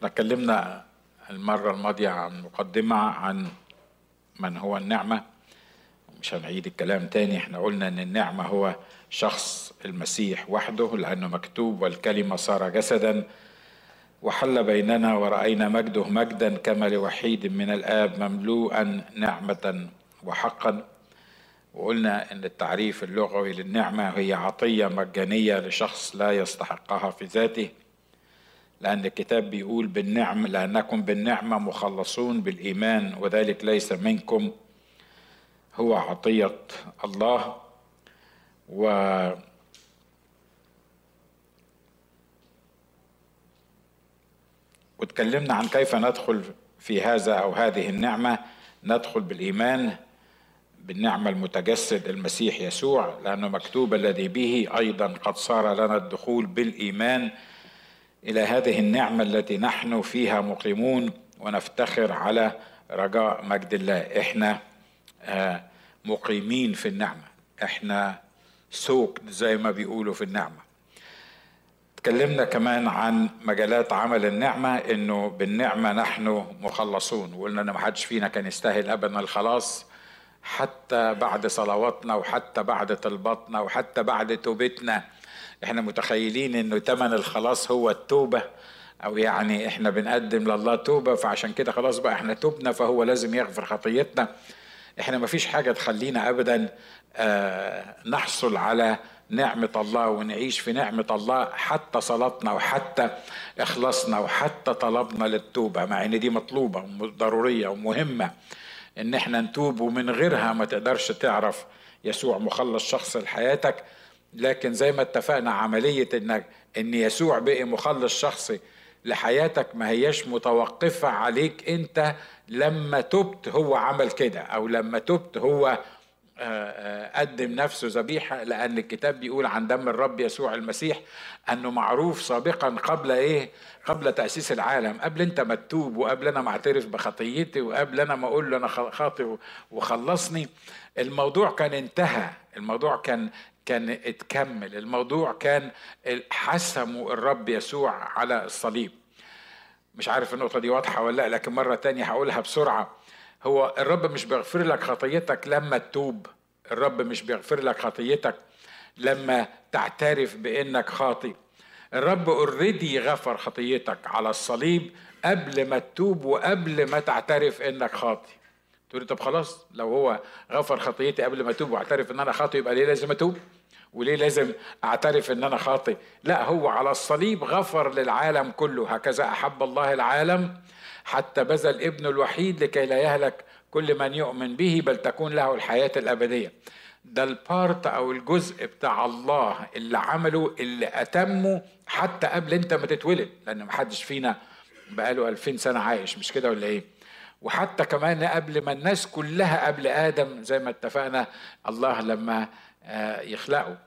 احنا اتكلمنا المرة الماضية عن مقدمة عن من هو النعمة، مش هنعيد الكلام تاني. احنا قلنا ان النعمة هو شخص المسيح وحده، لأنه مكتوب والكلمة صار جسدا وحل بيننا ورأينا مجده مجدا كما لوحيد من الآب مملوءا نعمة وحقا. وقلنا ان التعريف اللغوي للنعمة هي عطية مجانية لشخص لا يستحقها في ذاته، لأن الكتاب بيقول بالنعم لأنكم بالنعمة مخلصون بالإيمان وذلك ليس منكم، هو عطية الله. واتكلمنا عن كيف ندخل في هذا أو هذه النعمة. ندخل بالإيمان بالنعمة المتجسد المسيح يسوع، لأنه مكتوب الذي به أيضا قد صار لنا الدخول بالإيمان إلى هذه النعمة التي نحن فيها مقيمون ونفتخر على رجاء مجد الله. احنا مقيمين في النعمة، احنا سوق زي ما بيقولوا في النعمة. تكلمنا كمان عن مجالات عمل النعمة، انه بالنعمة نحن مخلصون، وقلنا ان ما حدش فينا كان يستاهل ابدا الخلاص، حتى بعد صلواتنا وحتى بعد طلباتنا وحتى بعد توبتنا. احنا متخيلين انه تمن الخلاص هو التوبة، او يعني احنا بنقدم لله توبة، فعشان كده خلاص بقى احنا توبنا فهو لازم يغفر خطيتنا. احنا ما فيش حاجة تخلينا ابدا نحصل على نعمة الله ونعيش في نعمة الله، حتى صلاتنا وحتى اخلاصنا وحتى طلبنا للتوبة، مع ان دي مطلوبة وضرورية ومهمة ان احنا نتوب، ومن غيرها ما تقدرش تعرف يسوع مخلص شخص لحياتك. لكن زي ما اتفقنا عملية ان يسوع بقي مخلص شخصي لحياتك ما هياش متوقفة عليك انت لما تبت هو عمل كده، او لما تبت هو قدم نفسه ذبيحة، لأن الكتاب بيقول عن دم الرب يسوع المسيح أنه معروف سابقا قبل تأسيس العالم، قبل أنت ما تتوب وقبل أنا ما اعترف بخطيتي وقبل أنا ما أقول له أنا خاطئ وخلصني. الموضوع كان انتهى، الموضوع كان اتكمل، الموضوع كان حسمه الرب يسوع على الصليب. مش عارف النقطة دي واضحة ولا لا، لكن مرة تانية هقولها بسرعة. هو الرب مش بيغفر لك خطيتك لما تتوب، الرب مش بيغفر لك خطيتك لما تعترف بانك خاطئ. الرب اوريدي غفر خطيتك على الصليب قبل ما تتوب وقبل ما تعترف انك خاطئ. تقول طب خلاص، لو هو غفر خطيتي قبل ما اتوب واعترف ان انا خاطئ يبقى ليه لازم اتوب؟ وليه لازم اعترف ان انا خاطئ؟ لا، هو على الصليب غفر للعالم كله. هكذا احب الله العالم حتى بذل ابنه الوحيد لكي لا يهلك كل من يؤمن به بل تكون له الحياة الأبدية. ده البارت او الجزء بتاع الله اللي عمله، اللي اتمه حتى قبل انت ما تتولد، لان محدش فينا بقاله 2000 سنة عايش، مش كده ولا ايه؟ وحتى كمان قبل ما الناس كلها قبل آدم زي ما اتفقنا الله لما يخلقه.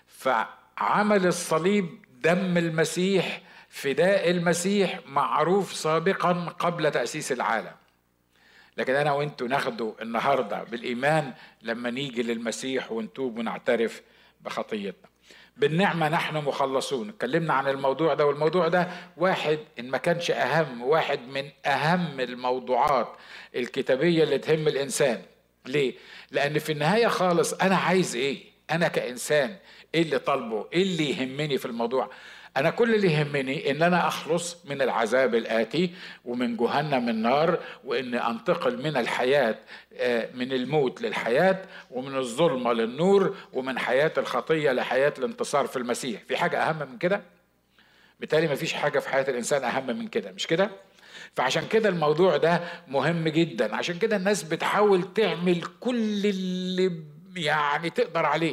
فعمل الصليب، دم المسيح، فداء المسيح معروف سابقا قبل تأسيس العالم. لكن أنا وإنتوا ناخده النهاردة بالإيمان لما نيجي للمسيح ونتوب ونعترف بخطيتنا. بالنعمة نحن مخلصون. اتكلمنا عن الموضوع ده، والموضوع ده واحد إن ما كانش أهم، واحد من أهم الموضوعات الكتابية اللي تهم الإنسان. ليه؟ لأن في النهاية خالص أنا عايز إيه؟ أنا كإنسان إيه اللي طالبه؟ إيه اللي يهمني في الموضوع؟ أنا كل اللي يهمني إن أنا أخلص من العذاب الآتي ومن جهنم النار، وإن أنتقل من الحياة، من الموت للحياة، ومن الظلمة للنور، ومن حياة الخطية لحياة الانتصار في المسيح. في حاجة أهم من كده؟ بالتالي ما فيش حاجة في حياة الإنسان أهم من كده، مش كده؟ فعشان كده الموضوع ده مهم جدا. عشان كده الناس بتحاول تعمل كل اللي يعني تقدر عليه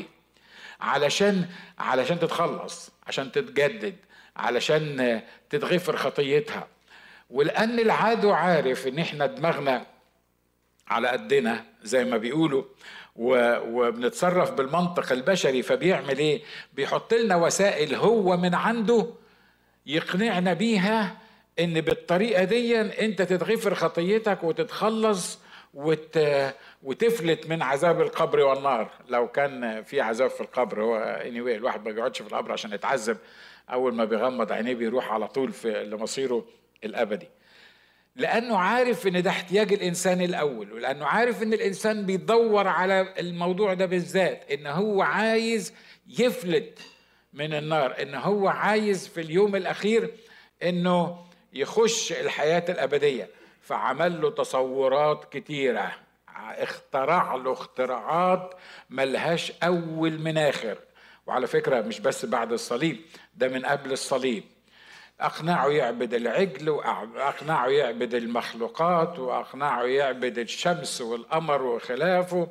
علشان تتخلص، عشان تتجدد، علشان تتغفر خطيتها. ولأن العدو عارف ان احنا دماغنا على قدنا زي ما بيقولوا، وبنتصرف بالمنطق البشري، فبيعمل ايه؟ بيحط لنا وسائل هو من عنده يقنعنا بيها ان بالطريقة دي انت تتغفر خطيتك وتتخلص وتفلت من عذاب القبر والنار، لو كان في عذاب في القبر. هو anyway الواحد ما بيقعدش في القبر عشان يتعذب، اول ما بيغمض عينيه بيروح على طول في لمصيره الأبدي، لأنه عارف إن ده احتياج الإنسان الأول، ولأنه عارف إن الإنسان بيدور على الموضوع ده بالذات، إن هو عايز يفلت من النار، إن هو عايز في اليوم الأخير إنه يخش الحياة الأبدية. فعمل له تصورات كتيرة، اخترع له اختراعات ملهاش أول من آخر. وعلى فكرة مش بس بعد الصليب، ده من قبل الصليب. أقنعه يعبد العجل، وأقنعه يعبد المخلوقات، وأقنعه يعبد الشمس والقمر وخلافه.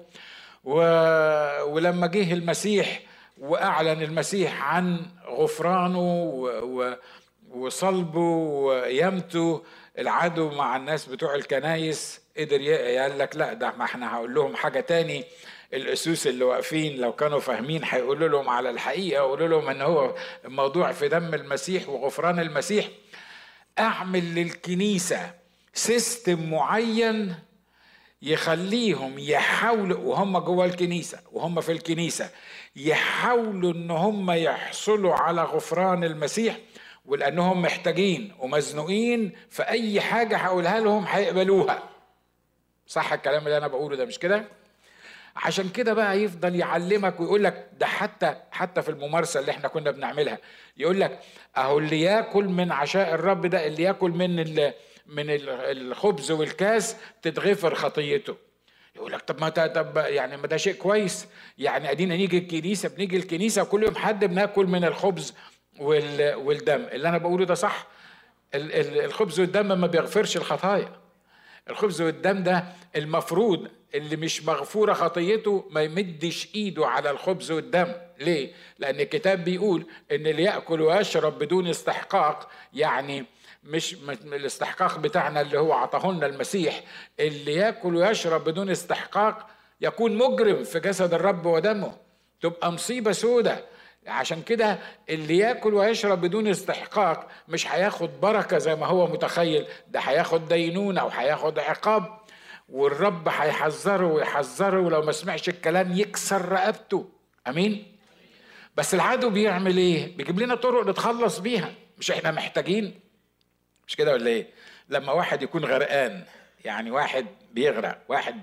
ولما جه المسيح وأعلن المسيح عن غفرانه وصلبه وقيامته، العدو مع الناس بتوع الكنايس قدر يقول لك لا، ده ما احنا هقول لهم حاجة تاني. الأسوس اللي واقفين لو كانوا فاهمين هيقولوا لهم على الحقيقة، يقولوا لهم ان هو الموضوع في دم المسيح وغفران المسيح. اعمل للكنيسة سيستم معين يخليهم يحاولوا وهم جوه الكنيسة وهم في الكنيسة يحاولوا ان هم يحصلوا على غفران المسيح، ولأنهم محتاجين ومزنوقين فأي حاجة هقولها لهم هيقبلوها. صح الكلام اللي أنا بقوله ده مش كده؟ عشان كده بقى يفضل يعلمك ويقول لك ده، حتى في الممارسة اللي احنا كنا بنعملها يقول لك اهو اللي ياكل من عشاء الرب ده، اللي ياكل من الخبز والكاس تتغفر خطيته. يقول لك طب يعني ما ده شيء كويس، يعني ادينا بنيجي الكنيسة كل يوم حد بناكل من الخبز والدم. اللي انا بقوله ده صح. الخبز والدم ما بيغفرش الخطايا. الخبز والدم ده المفروض اللي مش مغفورة خطيته ما يمدش ايده على الخبز والدم. ليه؟ لأن الكتاب بيقول ان اللي يأكل ويشرب بدون استحقاق، يعني مش الاستحقاق بتاعنا اللي هو عطاه لنا المسيح، اللي يأكل ويشرب بدون استحقاق يكون مجرم في جسد الرب ودمه، تبقى مصيبة سودة. عشان كده اللي ياكل ويشرب بدون استحقاق مش هياخد بركة زي ما هو متخيل، ده هياخد دينونة وهياخد عقاب، والرب هيحذره ويحذره، ولو ما سمعش الكلام يكسر رقبته. امين. بس العدو بيعمل ايه؟ بيجيب لنا طرق نتخلص بيها. مش احنا محتاجين؟ مش كده ولا ايه؟ لما واحد يكون غرقان، يعني واحد بيغرق، واحد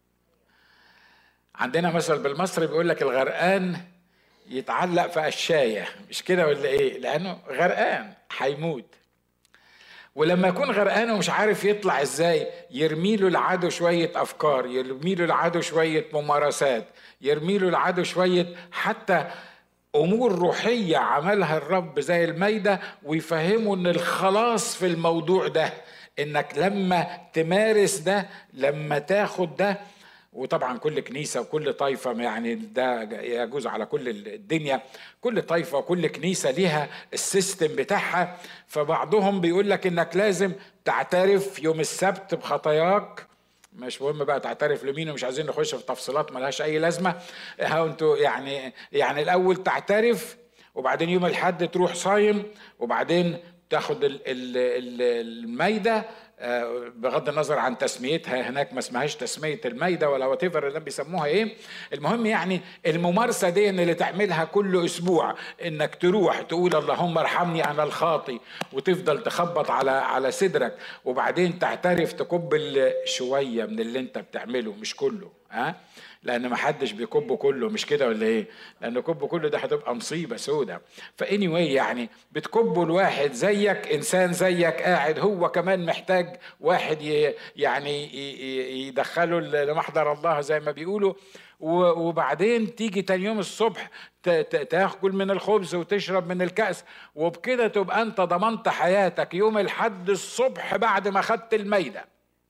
عندنا مثل بالمصري بيقول لك الغرقان يتعلق في قشاية، مش كده ولا ايه؟ لانه غرقان هيموت. ولما يكون غرقان ومش عارف يطلع ازاي، يرميله العدو شوية افكار، يرميله العدو شوية ممارسات، يرميله العدو شوية حتى امور روحية عملها الرب زي الميدة، ويفهمه ان الخلاص في الموضوع ده انك لما تمارس ده، لما تاخد ده. وطبعا كل كنيسة وكل طائفة، يعني ده يجوز على كل الدنيا، كل طائفة وكل كنيسة ليها السيستم بتاعها. فبعضهم بيقول لك انك لازم تعترف يوم السبت بخطاياك. مش مهم بقى تعترف لمين، ومش عايزين نخش في تفصيلات ملهاش اي لازمة. ها انتوا يعني الاول تعترف، وبعدين يوم الحد تروح صايم، وبعدين تاخد الميدة، بغض النظر عن تسميتها، هناك ما اسمهاش تسمية الميدة ولا واتيفر اللي بيسموها ايه. المهم يعني الممارسة دي اللي تعملها كل اسبوع، انك تروح تقول اللهم ارحمني انا الخاطي، وتفضل تخبط على صدرك، وبعدين تعترف تقبل شوية من اللي انت بتعمله، مش كله. لان ما حدش بيكبه كله، مش كده ولا ايه؟ لان كبه كله ده هتبقى مصيبه سودة. فاني يعني بتكبه الواحد زيك، انسان زيك قاعد، هو كمان محتاج واحد يعني يدخله لمحضر الله زي ما بيقولوا. وبعدين تيجي تاني يوم الصبح تاكل من الخبز وتشرب من الكأس، وبكده تبقى انت ضمنت حياتك يوم الحد الصبح بعد ما خدت الميدة.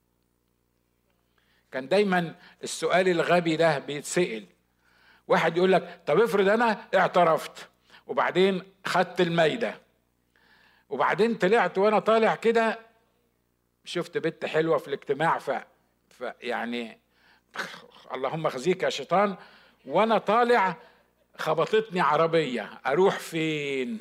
كان دايما السؤال الغبي ده بيتسأل، واحد يقول لك طب افرض انا اعترفت وبعدين خدت الميدة، وبعدين طلعت وانا طالع كده شفت بنت حلوة في الاجتماع، يعني اللهم خزيك يا شيطان، وانا طالع خبطتني عربية، اروح فين؟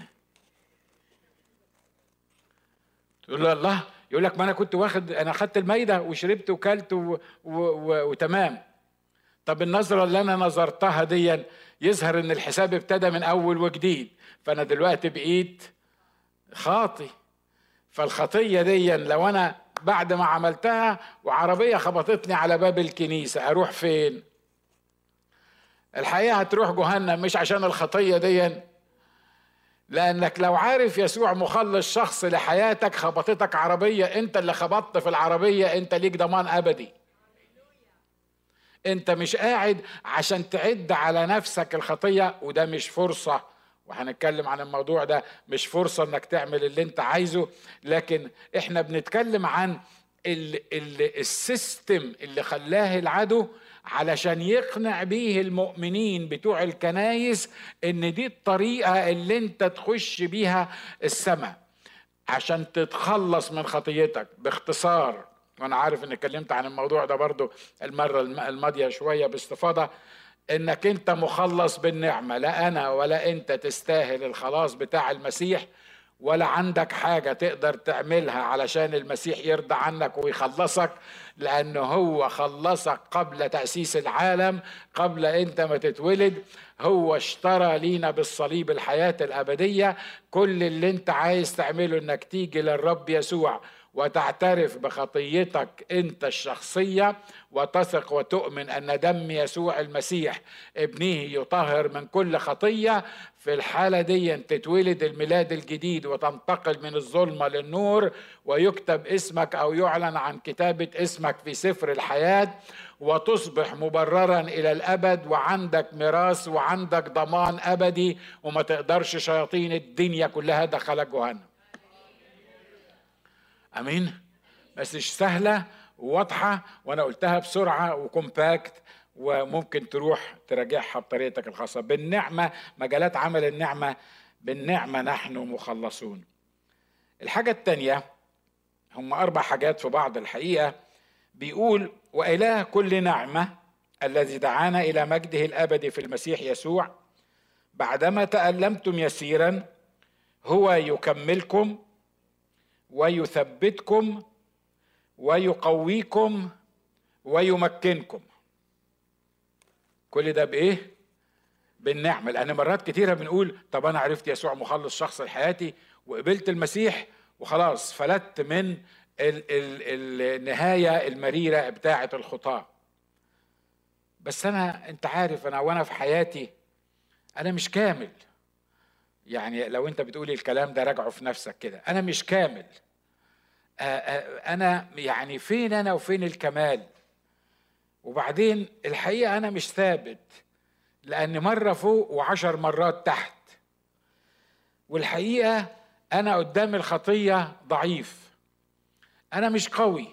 تقول له الله، يقول لك ما انا كنت انا خدت الميدة وشربت وكلت وتمام. طب النظرة اللي انا نظرتها دي يظهر ان الحساب ابتدى من اول وجديد، فانا دلوقتي بقيت خاطي. فالخطية دي لو أنا بعد ما عملتها وعربية خبطتني على باب الكنيسة أروح فين؟ الحقيقة هتروح جهنم، مش عشان الخطية دي، لأنك لو عارف يسوع مخلص شخص لحياتك، خبطتك عربية، أنت اللي خبطت في العربية، أنت ليك ضمان أبدي. أنت مش قاعد عشان تعد على نفسك الخطية، وده مش فرصة، وهنتكلم عن الموضوع ده، مش فرصة انك تعمل اللي انت عايزه، لكن احنا بنتكلم عن السيستم اللي خلاه العدو علشان يقنع بيه المؤمنين بتوع الكنايس ان دي الطريقة اللي انت تخش بيها السماء عشان تتخلص من خطيتك. باختصار، وانا عارف اني اتكلمت عن الموضوع ده برضو المرة الماضية شوية باستفاضة، انك انت مخلص بالنعمة، لا انا ولا انت تستاهل الخلاص بتاع المسيح، ولا عندك حاجة تقدر تعملها علشان المسيح يرضى عنك ويخلصك، لأنه هو خلصك قبل تأسيس العالم، قبل أنت ما تتولد. هو اشترى لينا بالصليب الحياة الأبدية. كل اللي أنت عايز تعمله أنك تيجي للرب يسوع وتعترف بخطيتك أنت الشخصية، وتثق وتؤمن أن دم يسوع المسيح ابنه يطهر من كل خطية. في الحالة دي تتولد الميلاد الجديد وتنتقل من الظلمة للنور، ويكتب اسمك أو يعلن عن كتابة اسمك في سفر الحياة، وتصبح مبررا إلى الأبد، وعندك ميراث وعندك ضمان أبدي، وما تقدرش شياطين الدنيا كلها دخلك جهنم. أمين؟ بس مش سهلة وواضحة، وأنا قلتها بسرعة وكومباكت، وممكن تروح تراجعها بطريقتك الخاصة. بالنعمة، مجالات عمل النعمة، بالنعمة نحن مخلصون. الحاجة التانية، هم 4 حاجات في بعض الحقيقة. بيقول: وإله كل نعمة الذي دعانا إلى مجده الأبدي في المسيح يسوع بعدما تألمتم يسيرا هو يكملكم ويثبتكم ويقويكم ويمكنكم. كل ده بإيه؟ بالنعمة. لأن مرات كتيرة بنقول طب أنا عرفت يسوع مخلص شخص لحياتي وقبلت المسيح وخلاص فلت من النهاية المريرة بتاعة الخطاة. بس أنت عارف وأنا في حياتي أنا مش كامل. يعني لو أنت بتقولي الكلام ده راجعه في نفسك كده، أنا مش كامل. أنا يعني فين أنا وفين الكمال؟ وبعدين الحقيقة أنا مش ثابت، لأن مرة فوق و10 مرات تحت. والحقيقة أنا قدام الخطية ضعيف، أنا مش قوي.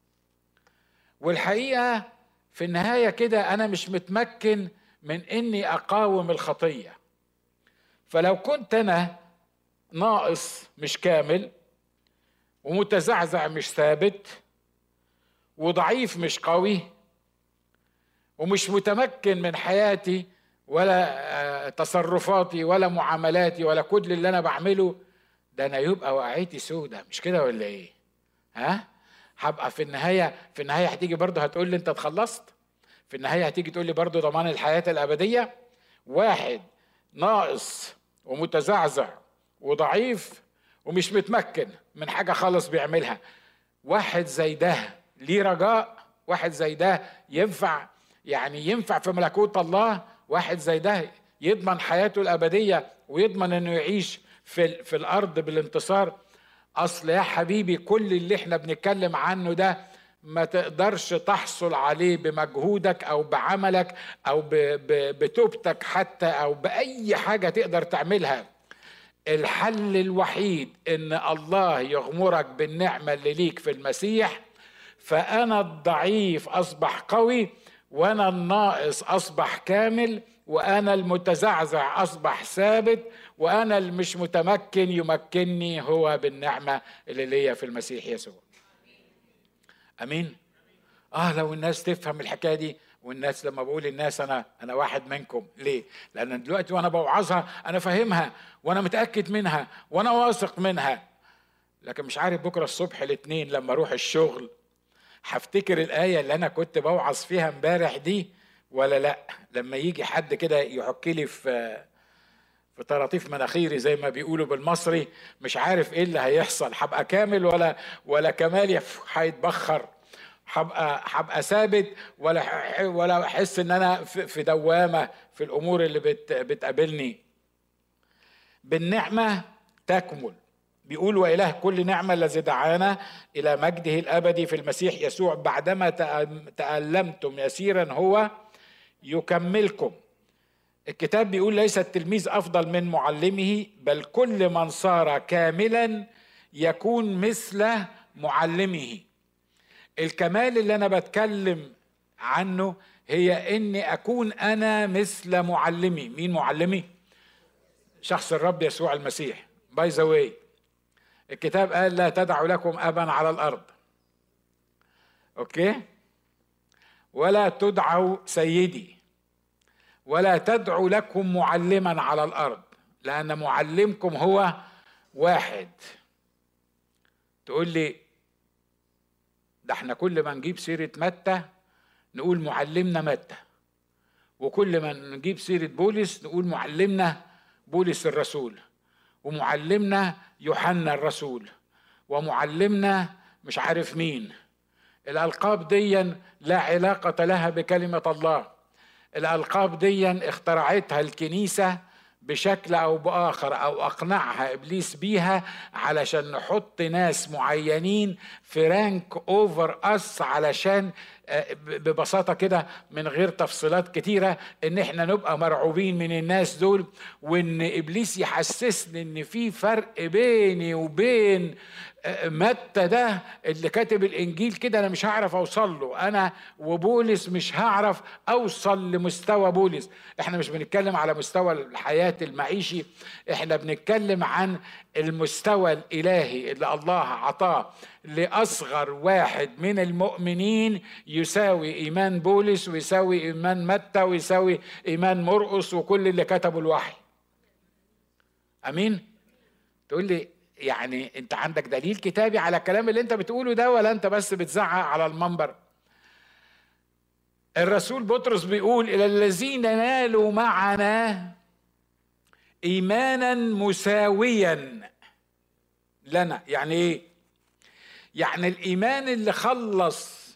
والحقيقة في النهاية كده أنا مش متمكن من إني أقاوم الخطية. فلو كنت أنا ناقص مش كامل، ومتزعزع مش ثابت، وضعيف مش قوي، ومش متمكن من حياتي ولا تصرفاتي ولا معاملاتي ولا كل اللي أنا بعمله، ده أنا يبقى وقعتي سودة، مش كده ولا إيه؟ هبقى في النهاية هتيجي برضه هتقول لي أنت اتخلصت؟ في النهاية هتيجي تقول لي برضه ضمان الحياة الأبدية؟ واحد ناقص ومتزعزع وضعيف ومش متمكن من حاجة خالص بيعملها، واحد زي ده ليه رجاء؟ واحد زي ده ينفع في ملكوت الله؟ واحد زي ده يضمن حياته الأبدية ويضمن أنه يعيش في الأرض بالانتصار؟ أصل يا حبيبي كل اللي احنا بنتكلم عنه ده ما تقدرش تحصل عليه بمجهودك أو بعملك أو بتوبتك حتى أو بأي حاجة تقدر تعملها. الحل الوحيد إن الله يغمرك بالنعمة اللي ليك في المسيح. فأنا الضعيف أصبح قوي، وأنا الناقص أصبح كامل، وأنا المتزعزع أصبح ثابت، وأنا المش متمكن يمكنني هو بالنعمة اللي ليا في المسيح يسوع. أمين؟ لو الناس تفهم الحكاية دي. والناس لما بقول الناس أنا واحد منكم. ليه؟ لأن دلوقتي وأنا بوعظها أنا فاهمها وأنا متأكد منها وأنا واثق منها، لكن مش عارف بكرة الصبح الاثنين لما أروح الشغل هفتكر الآية اللي أنا كنت بوعظ فيها امبارح دي ولا لأ. لما يجي حد كده يحكي لي في طراطيف مناخيري زي ما بيقولوا بالمصري، مش عارف ايه اللي هيحصل، هبقى كامل ولا كمالي هيتبخر، هبقى ثابت ولا احس ان انا في دوامه في الامور اللي بتقابلني. بالنعمه تكمل. بيقول وإله كل نعمة الذي دعانا إلى مجده الأبدي في المسيح يسوع بعدما تألمتم يسيرا هو يكملكم. الكتاب بيقول ليس التلميذ أفضل من معلمه، بل كل من صار كاملا يكون مثل معلمه. الكمال اللي أنا بتكلم عنه هي إني أكون أنا مثل معلمي. مين معلمي؟ شخص الرب يسوع المسيح. باي ذا واي، الكتاب قال لا تدعوا لكم أبا على الأرض، أوكي؟ ولا تدعوا سيدي، ولا تدعوا لكم معلما على الأرض، لأن معلمكم هو واحد. تقول لي ده احنا كل ما نجيب سيرة متى نقول معلمنا متى، وكل ما نجيب سيرة بولس نقول معلمنا بولس الرسول، ومعلمنا يوحنا الرسول، ومعلمنا مش عارف مين. الألقاب دي لا علاقة لها بكلمة الله. الألقاب دي اخترعتها الكنيسة بشكل أو بآخر، أو أقنعها إبليس بيها علشان نحط ناس معينين في رانك أوفر أس، علشان ببساطة كده من غير تفصيلات كتيرة إن إحنا نبقى مرعوبين من الناس دول، وإن إبليس يحسسني إن في فرق بيني وبين متى ده اللي كاتب الإنجيل كده أنا مش هعرف أوصل له، أنا وبولس مش هعرف أوصل لمستوى بولس. إحنا مش بنتكلم على مستوى الحياة المعيشي، إحنا بنتكلم عن المستوى الإلهي اللي الله عطاه لأصغر واحد من المؤمنين يساوي إيمان بولس، ويساوي إيمان متى، ويساوي إيمان مرقس، وكل اللي كتبوا الوحي. أمين؟ تقول لي يعني انت عندك دليل كتابي على الكلام اللي انت بتقوله ده، ولا انت بس بتزعق على المنبر؟ الرسول بطرس بيقول الى الذين نالوا معنا ايمانا مساويا لنا. يعني ايه؟ يعني الايمان اللي خلص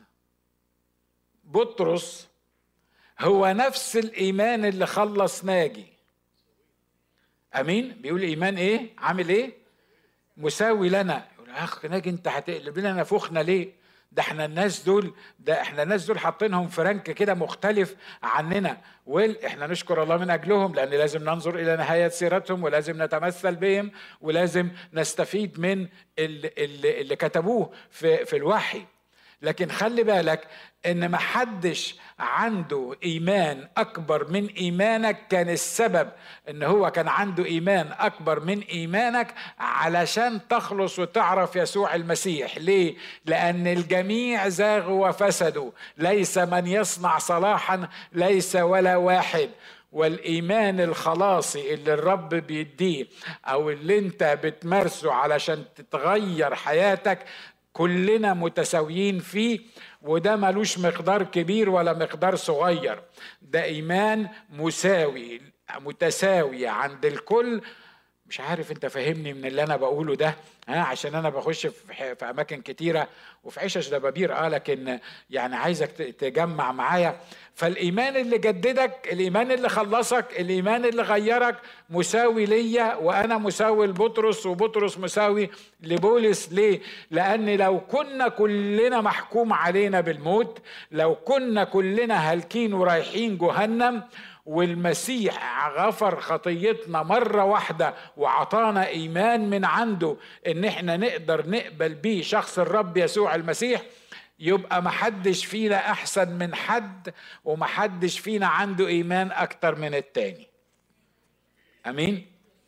بطرس هو نفس الايمان اللي خلص ناجي. امين؟ بيقول ايمان ايه؟ عامل ايه؟ مساوي لنا. يقول اخ ناجي انت هتقلب لنا نفوخنا ليه؟ ده احنا الناس دول حاطينهم في رانك كده مختلف عننا، احنا نشكر الله من اجلهم، لان لازم ننظر الى نهاية سيرتهم، ولازم نتمثل بهم، ولازم نستفيد من اللي كتبوه في الوحي. لكن خلي بالك ان محدش عنده ايمان اكبر من ايمانك. كان السبب ان هو كان عنده ايمان اكبر من ايمانك علشان تخلص وتعرف يسوع المسيح. ليه؟ لان الجميع زاغوا وفسدوا، ليس من يصنع صلاحا، ليس ولا واحد. والإيمان الخلاصي اللي الرب بيديه أو اللي انت بتمارسه علشان تتغير حياتك كلنا متساويين فيه، وده ملوش مقدار كبير ولا مقدار صغير، ده إيمان مساوي متساوي عند الكل. مش عارف انت فاهمني من اللي انا بقوله ده؟ عشان انا بخش في اماكن كتيره وفي عشش دبابير، لكن يعني عايزك تجمع معايا. فالايمان اللي جددك، الايمان اللي خلصك، الايمان اللي غيرك مساوي ليا، وانا مساوي لبطرس، وبطرس مساوي لبولس. ليه؟ لان لو كنا كلنا محكوم علينا بالموت، لو كنا كلنا هالكين ورايحين جهنم، والمسيح غفر خطيتنا مرة واحدة وعطانا إيمان من عنده إن إحنا نقدر نقبل بيه شخص الرب يسوع المسيح، يبقى محدش فينا أحسن من حد، ومحدش فينا عنده إيمان أكتر من التاني. أمين؟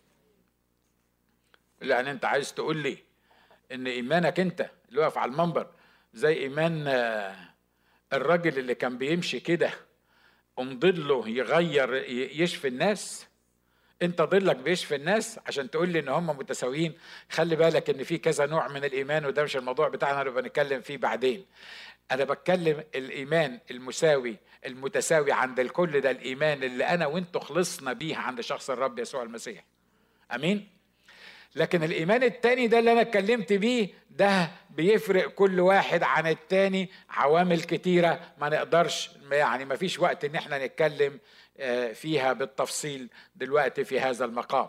لأن أنت عايز تقول لي إن إيمانك أنت اللي واقف على المنبر زي إيمان الراجل اللي كان بيمشي كده ومضله يغير يشفي الناس؟ انت ضلك بيشفي الناس عشان تقول لي ان هم متساويين؟ خلي بالك ان في كذا نوع من الايمان، وده مش الموضوع بتاعنا، نبقى نتكلم فيه بعدين. انا بتكلم الايمان المساوي المتساوي عند الكل، ده الايمان اللي انا وانتوا خلصنا بيه عند شخص الرب يسوع المسيح. امين. لكن الايمان التاني ده اللي انا اتكلمت بيه، ده بيفرق كل واحد عن التاني عوامل كتيرة ما نقدرش، يعني ما فيش وقت ان احنا نتكلم فيها بالتفصيل دلوقتي في هذا المقام.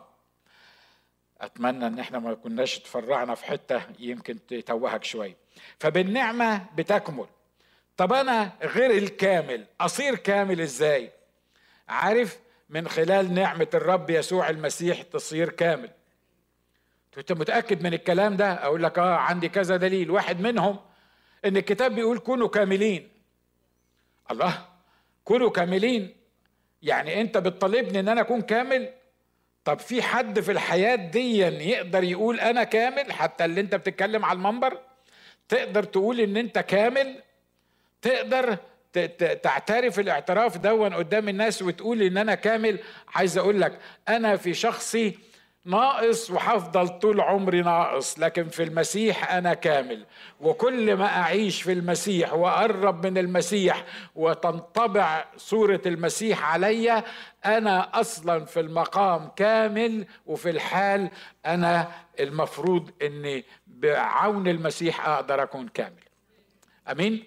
اتمنى ان احنا ما كناش اتفرعنا في حتة يمكن تتوهك شوية. فبالنعمة بتكمل. طب انا غير الكامل اصير كامل ازاي؟ عارف، من خلال نعمة الرب يسوع المسيح تصير كامل. انت متأكد من الكلام ده؟ اقول لك عندي كذا دليل. واحد منهم ان الكتاب بيقول كونوا كاملين. الله، كونوا كاملين يعني انت بتطالبني ان انا اكون كامل؟ طب في حد في الحياة دي يقدر يقول انا كامل؟ حتى اللي انت بتتكلم على المنبر تقدر تقول ان انت كامل؟ تقدر تعترف الاعتراف دون قدام الناس وتقول ان انا كامل؟ عايز اقول لك انا في شخصي ناقص وحفضل طول عمري ناقص، لكن في المسيح أنا كامل. وكل ما أعيش في المسيح وأقرب من المسيح وتنطبع صورة المسيح عليا، أنا أصلا في المقام كامل، وفي الحال أنا المفروض أني بعون المسيح أقدر أكون كامل. أمين؟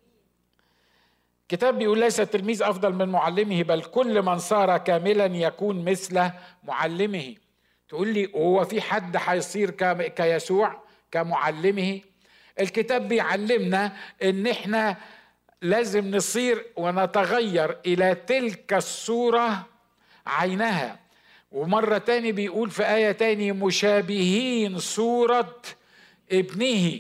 الكتاب بيقول ليس التلميذ أفضل من معلمه، بل كل من صار كاملا يكون مثل معلمه. تقول لي هو في حد هيصير كيسوع كمعلمه؟ الكتاب بيعلمنا ان احنا لازم نصير ونتغير الى تلك الصورة عينها. ومرة تاني بيقول في آية تاني مشابهين صورة ابنه،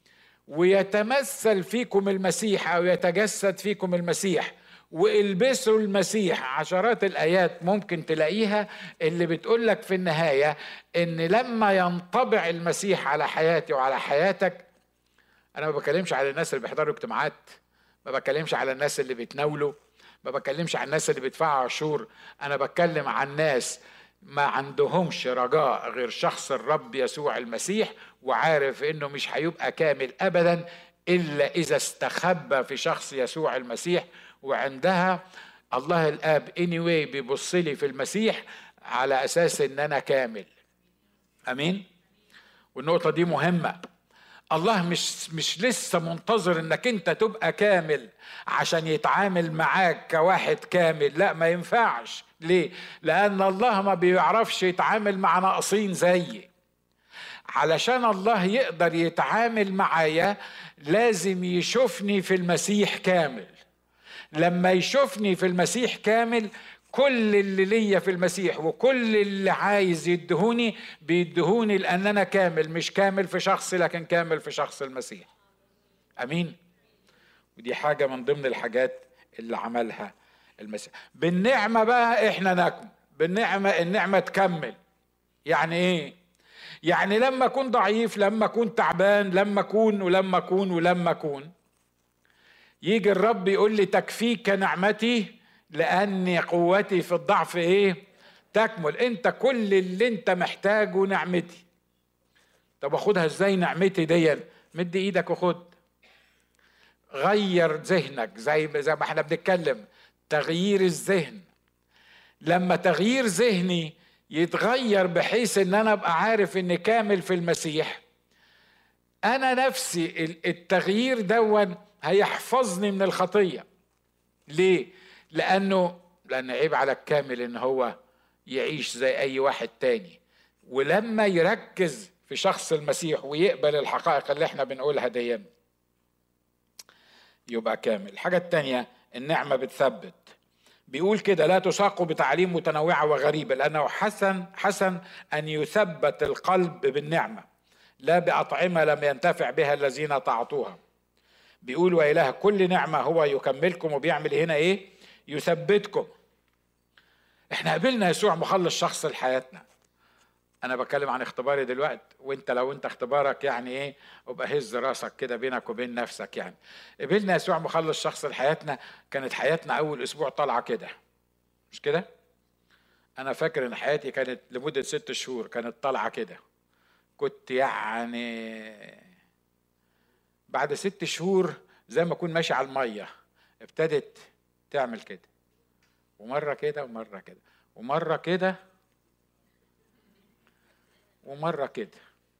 ويتمثل فيكم المسيح او يتجسد فيكم المسيح، والبسوا المسيح. عشرات الآيات ممكن تلاقيها اللي بتقول لك في النهاية ان لما ينطبع المسيح على حياتي وعلى حياتك. انا ما بكلمش على الناس اللي بيحضروا اجتماعات، ما بكلمش على الناس اللي بيتناولوا، ما بكلمش على الناس اللي بيدفعوا عشور، انا بتكلم عن ناس ما عندهمش رجاء غير شخص الرب يسوع المسيح، وعارف انه مش هيبقى كامل ابدا الا اذا استخبى في شخص يسوع المسيح. وعندها الله الاب anyway بيبص لي في المسيح على اساس ان انا كامل. امين. والنقطة دي مهمة. الله مش لسه منتظر انك انت تبقى كامل عشان يتعامل معاك كواحد كامل، لا ما ينفعش. ليه؟ لان الله ما بيعرفش يتعامل مع ناقصين زيي. علشان الله يقدر يتعامل معايا لازم يشوفني في المسيح كامل. لما يشوفني في المسيح كامل، كل اللي ليا في المسيح وكل اللي عايز يدهوني بيدهوني، لأن أنا كامل، مش كامل في شخصي لكن كامل في شخص المسيح. أمين. ودي حاجة من ضمن الحاجات اللي عملها المسيح. بالنعمة بقى احنا نكمل. بالنعمة النعمة تكمل. يعني ايه؟ يعني لما أكون ضعيف، لما أكون تعبان، لما أكون يجي الرب يقول لي تكفيك نعمتي لأن قوتي في الضعف ايه؟ تكمل. انت كل اللي انت محتاجه نعمتي. طب اخدها ازاي نعمتي دي؟ مد ايدك وخد. غير ذهنك زي ما احنا بنتكلم، تغيير الذهن. لما تغيير ذهني يتغير بحيث ان انا ابقى عارف اني كامل في المسيح، انا نفسي التغيير دون هيحفظني من الخطية. ليه؟ لأن عيب على الكامل إن هو يعيش زي أي واحد تاني. ولما يركز في شخص المسيح ويقبل الحقائق اللي احنا بنقولها دي يبقى كامل. الحاجة التانية، النعمة بتثبت. بيقول كده لا تساقوا بتعليم متنوعة وغريبة، لأنه حسن أن يثبت القلب بالنعمة لا بأطعمة لم ينتفع بها الذين تعطوها. بيقول وإله كل نعمة هو يكملكم. وبيعمل هنا ايه؟ يثبتكم. احنا قابلنا يسوع مخلص شخص لحياتنا. انا بتكلم عن اختباري دلوقتي، وانت لو انت اختبارك يعني ايه ابقى هز راسك كده بينك وبين نفسك. يعني قابلنا يسوع مخلص شخص لحياتنا. كانت حياتنا اول اسبوع طالعه كده، مش كده؟ انا فاكر ان حياتي كانت لمدة 6 شهور كانت طالعة كده. كنت يعني بعد 6 شهور زي ما اكون ماشي على المية ابتدت تعمل كده، ومرة كده ومرة كده ومرة كده ومرة كده.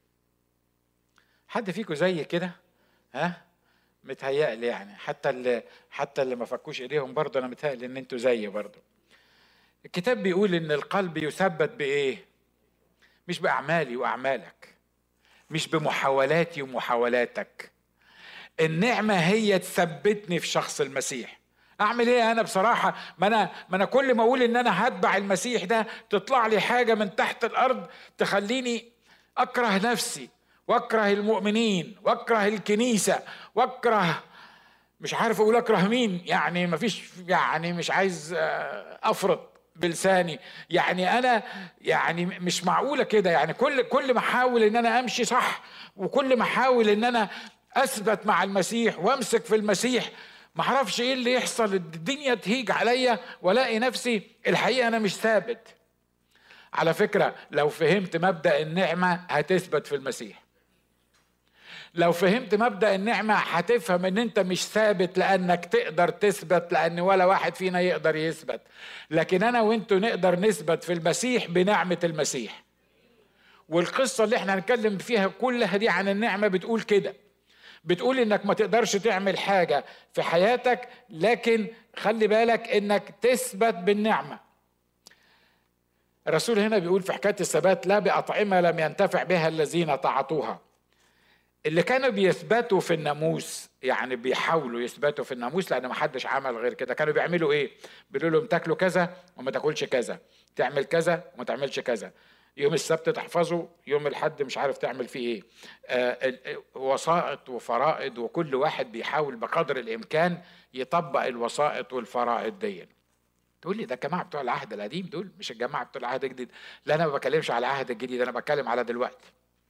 حد فيكم زي كده؟ ها؟ متهيألي يعني حتى اللي ما فكوش ايديهم برضه انا متهيألي ان انتوا زيي برضه. الكتاب بيقول ان القلب يثبت بايه؟ مش باعمالي واعمالك، مش بمحاولاتي ومحاولاتك. النعمة هي تثبتني في شخص المسيح. اعمل ايه انا بصراحة؟ ما انا كل ما اقول ان انا هتبع المسيح ده تطلع لي حاجة من تحت الارض تخليني اكره نفسي واكره المؤمنين واكره الكنيسة واكره، مش عارف اقول اكره مين، يعني مفيش، يعني مش عايز افرط بلساني. يعني انا يعني مش معقولة كده. يعني كل ما احاول ان انا امشي صح، وكل ما احاول ان انا اثبت مع المسيح وامسك في المسيح، ما اعرفش ايه اللي يحصل، الدنيا تهيج عليا والاقي نفسي الحقيقة انا مش ثابت. على فكرة لو فهمت مبدأ النعمة هتثبت في المسيح. لو فهمت مبدأ النعمة هتفهم ان انت مش ثابت لانك تقدر تثبت، لان ولا واحد فينا يقدر يثبت، لكن انا وانتوا نقدر نثبت في المسيح بنعمة المسيح. والقصة اللي احنا هنتكلم فيها كلها دي عن النعمة بتقول كده، بتقول انك ما تقدرش تعمل حاجة في حياتك، لكن خلي بالك انك تثبت بالنعمة. الرسول هنا بيقول في حكاية الثبات: لا بأطعمة لم ينتفع بها الذين تعاطوها. اللي كانوا بيثبتوا في الناموس، يعني بيحاولوا يثبتوا في الناموس لان ما حدش عمل غير كده، كانوا بيعملوا ايه؟ بيقولوا لهم تاكلوا كذا وما تاكلش كذا، تعمل كذا وما تعملش كذا، يوم السبت تحفظه، يوم الحد مش عارف تعمل فيه ايه. وسائط وفرائض، وكل واحد بيحاول بقدر الامكان يطبق الوسائط والفرائض دي. تقول لي ده الجماعه بتوع العهد القديم دول، مش الجماعه بتوع العهد الجديد. لا، انا ما بكلمش على العهد الجديد، انا بتكلم على دلوقتي.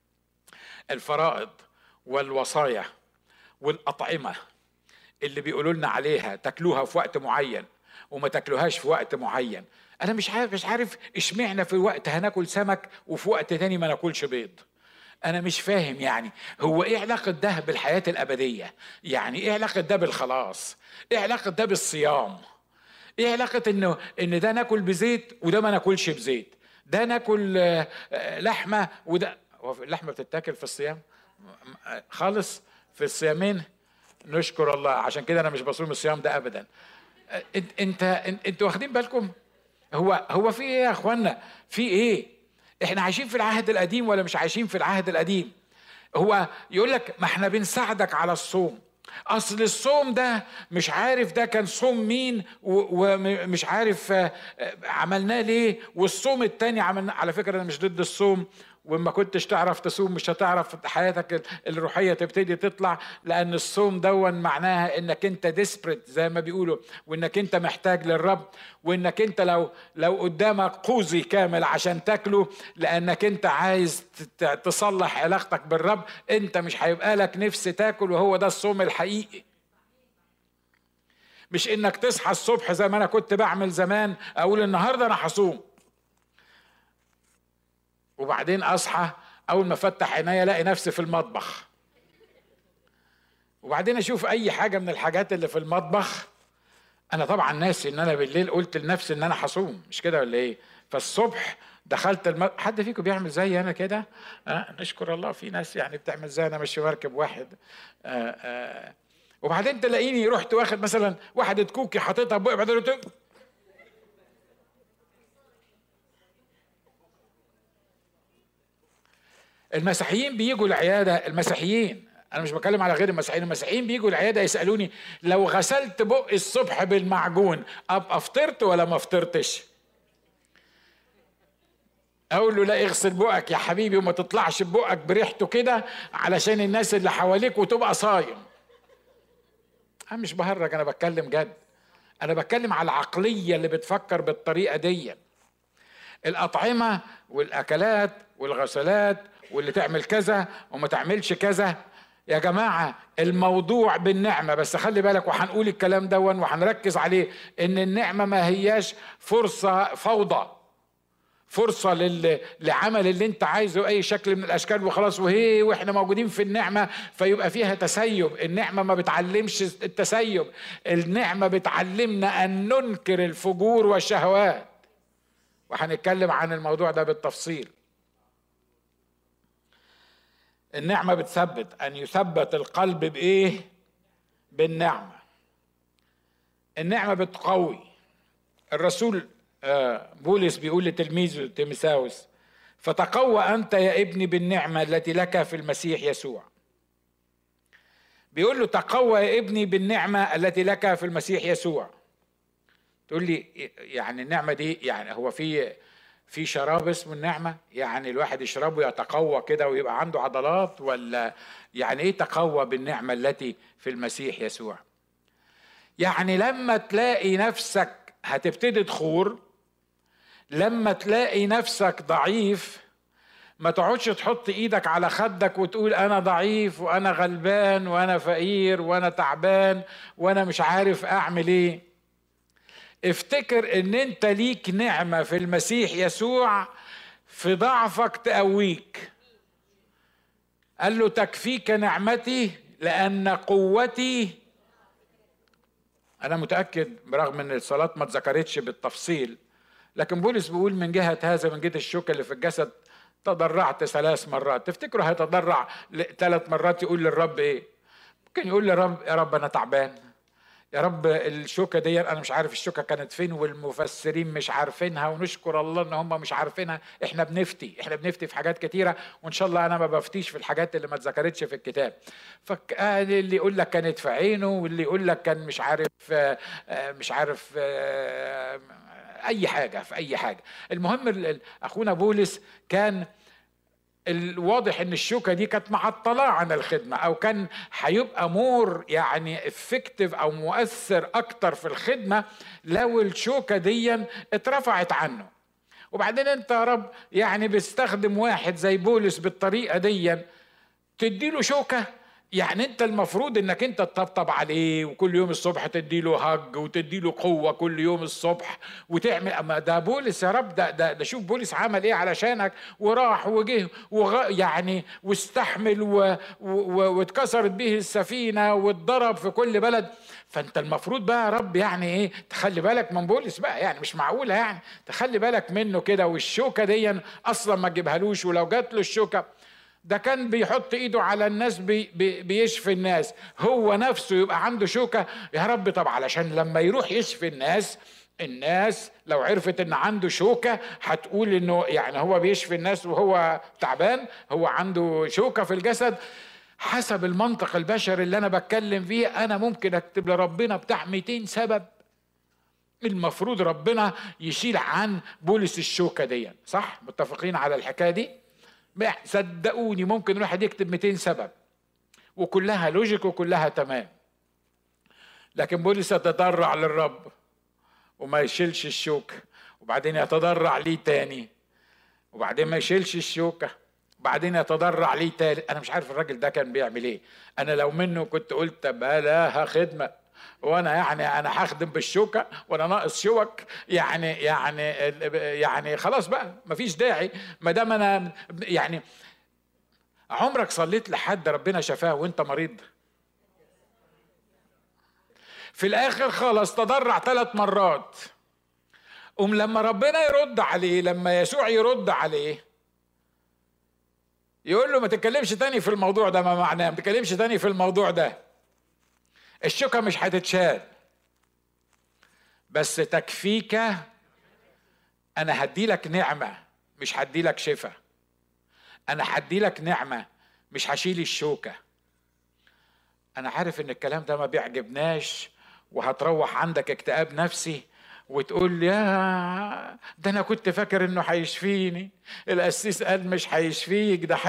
الفرائض والوصايا والأطعمة اللي بيقولوا لنا عليها تاكلوها في وقت معين وما تاكلوهاش في وقت معين، انا مش عارف اشمعنى في وقت هناكل سمك وفي وقت تاني ما ناكلش بيض. انا مش فاهم يعني هو ايه علاقة ده بالحياة الابدية؟ يعني ايه علاقة ده بالخلاص؟ ايه علاقة ده بالصيام؟ ايه علاقة ان ده ناكل بزيت وده ما ناكلش بزيت؟ ده ناكل لحمة وده، اللحمة بتتاكل في الصيام خالص؟ في الصيامين نشكر الله، عشان كده انا مش بصوم الصيام ده ابدا. انتوا واخدين بالكم؟ هو في ايه يا اخوانا؟ في ايه؟ احنا عايشين في العهد القديم ولا مش عايشين في العهد القديم؟ هو يقول لك ما احنا بنساعدك على الصوم، اصل الصوم ده مش عارف ده كان صوم مين ومش عارف عملناه ليه، والصوم التاني عملناه. على فكرة انا مش ضد الصوم، وما كنتش تعرف تصوم مش هتعرف حياتك الروحية تبتدي تطلع، لان الصوم دون معناها انك انت ديسبريت زي ما بيقولوا، وانك انت محتاج للرب، وانك انت لو قدامك قوزي كامل عشان تاكله، لانك انت عايز تصلح علاقتك بالرب، انت مش هيبقى لك نفس تاكل، وهو ده الصوم الحقيقي. مش انك تصحى الصبح زي ما انا كنت بعمل زمان اقول النهارده انا هصوم، وبعدين اصحى اول ما افتح عينيا الاقي نفسي في المطبخ، وبعدين اشوف اي حاجه من الحاجات اللي في المطبخ. انا طبعا ناسي ان انا بالليل قلت لنفسي ان انا هصوم، مش كده ولا ايه؟ فالصبح دخلت حد فيكم بيعمل زي انا كده؟ نشكر الله، في ناس يعني بتعمل زي انا، مش مركب واحد. وبعدين تلاقيني رحت واخد مثلا واحدة كوكي حاططها بقى، بعدين المسيحيين بيجوا العيادة، المسيحيين، أنا مش بتكلم على غير المسيحيين، المسيحيين بيجوا العيادة يسألوني لو غسلت بق الصبح بالمعجون أبقى فطرت ولا ما فطرتش؟ أقول له لا، اغسل بقك يا حبيبي وما تطلعش بقك بريحته كده علشان الناس اللي حواليك وتبقى صايم. أنا مش بهرج، أنا بتكلم جد، أنا بتكلم على العقلية اللي بتفكر بالطريقة دي. الأطعمة والأكلات والغسلات واللي تعمل كذا وما تعملش كذا، يا جماعة الموضوع بالنعمة، بس خلي بالك وهنقول الكلام دون وهنركز عليه، ان النعمة ما هياش فرصة فوضى. فرصة لعمل اللي انت عايزه اي شكل من الاشكال وخلاص، واحنا موجودين في النعمة فيبقى فيها تسيب. النعمة ما بتعلمش التسيب، النعمة بتعلمنا ان ننكر الفجور والشهوات، وهنتكلم عن الموضوع ده بالتفصيل. النعمة بتثبت، ان يثبت القلب بايه؟ بالنعمة. النعمة بتقوي. الرسول بولس بيقول لتلميذه تيموثاوس: فتقوى أنت يا ابني بالنعمة التي لك في المسيح يسوع. بيقول له تقوى يا ابني بالنعمة التي لك في المسيح يسوع. تقول لي يعني النعمة دي يعني هو في شراب اسمه النعمة؟ يعني الواحد يشربه يتقوى كده ويبقى عنده عضلات؟ ولا يعني ايه تقوى بالنعمة التي في المسيح يسوع؟ يعني لما تلاقي نفسك هتبتدي تخور، لما تلاقي نفسك ضعيف، ما تقعدش تحط ايدك على خدك وتقول انا ضعيف وانا غلبان وانا فقير وانا تعبان وانا مش عارف اعمل ايه. افتكر ان انت ليك نعمة في المسيح يسوع في ضعفك تقويك. قال له تكفيك نعمتي لان قوتي. انا متأكد برغم ان الصلاة ما اتذكرتش بالتفصيل، لكن بولس بيقول من جهة هذا، من جهة الشوكة اللي في الجسد تضرعت 3 مرات. تفتكروا هيتضرع 3 مرات يقول للرب ايه؟ ممكن يقول للرب يا رب انا تعبان، يا رب الشوكة دي انا مش عارف الشوكة كانت فين والمفسرين مش عارفينها، ونشكر الله ان هم مش عارفينها. احنا بنفتي في حاجات كتيرة، وان شاء الله انا ما بفتيش في الحاجات اللي ما اتذكرتش في الكتاب. اللي يقول لك كانت في عينه، واللي يقول لك كان مش عارف اي حاجة في اي حاجة. المهم اخونا بولس كان الواضح ان الشوكة دي كانت معطلة عن الخدمة، او كان هيبقى مور يعني افكتيف او مؤثر اكتر في الخدمة لو الشوكة دي اترفعت عنه. وبعدين انت يا رب يعني بيستخدم واحد زي بولس بالطريقة دي تديله شوكة، يعني انت المفروض انك انت تطبطب عليه وكل يوم الصبح تديله هج وتديله قوة كل يوم الصبح وتعمل. اما ده بولس يا رب، ده شوف بولس عمل ايه علشانك، وراح وجه يعني واستحمل واتكسرت به السفينة واتضرب في كل بلد. فانت المفروض بقى يا رب يعني ايه، تخلي بالك من بولس بقى، يعني مش معقولة يعني تخلي بالك منه كده. والشوكة دي اصلا ما تجيبهالوش، ولو جات له الشوكة ده كان بيحط ايده على الناس بيشفي الناس، هو نفسه يبقى عنده شوكة. يا رب طب علشان لما يروح يشفي الناس لو عرفت ان عنده شوكة هتقول انه يعني هو بيشفي الناس وهو تعبان، هو عنده شوكة في الجسد. حسب المنطق البشري اللي انا بتكلم فيه، انا ممكن اكتب لربنا بتاع 200 سبب المفروض ربنا يشيل عن بولس الشوكة دي. صح؟ متفقين على الحكاية دي؟ صدقوني ممكن الواحد يكتب 200 سبب وكلها لوجيك وكلها تمام، لكن بولس يتضرع للرب وما يشيلش الشوكة، وبعدين يتضرع ليه تاني، وبعدين ما يشيلش الشوكة، وبعدين يتضرع ليه تاني. انا مش عارف الراجل ده كان بيعمل ايه. انا لو منه كنت قلت بلاها خدمة، وانا يعني انا هخدم بالشوكة وانا ناقص شوك، يعني خلاص بقى مفيش داعي. ما دام انا يعني عمرك صليت لحد ربنا شفاه وانت مريض؟ في الاخر خلاص تضرع 3 مرات، لما ربنا يرد عليه، لما يسوع يرد عليه يقول له ما تتكلمش تاني في الموضوع ده، ما معناه ما تتكلمش تاني في الموضوع ده، الشوكة مش هتتشال، بس تكفيك. انا هدي لك نعمة مش هدي لك شفاء، انا هدي لك نعمة مش هشيل الشوكة. انا عارف ان الكلام ده ما بيعجبناش، وهتروح عندك اكتئاب نفسي وتقول يا ده انا كنت فاكر انه هيشفيني، القسيس قال مش هيشفيك، ده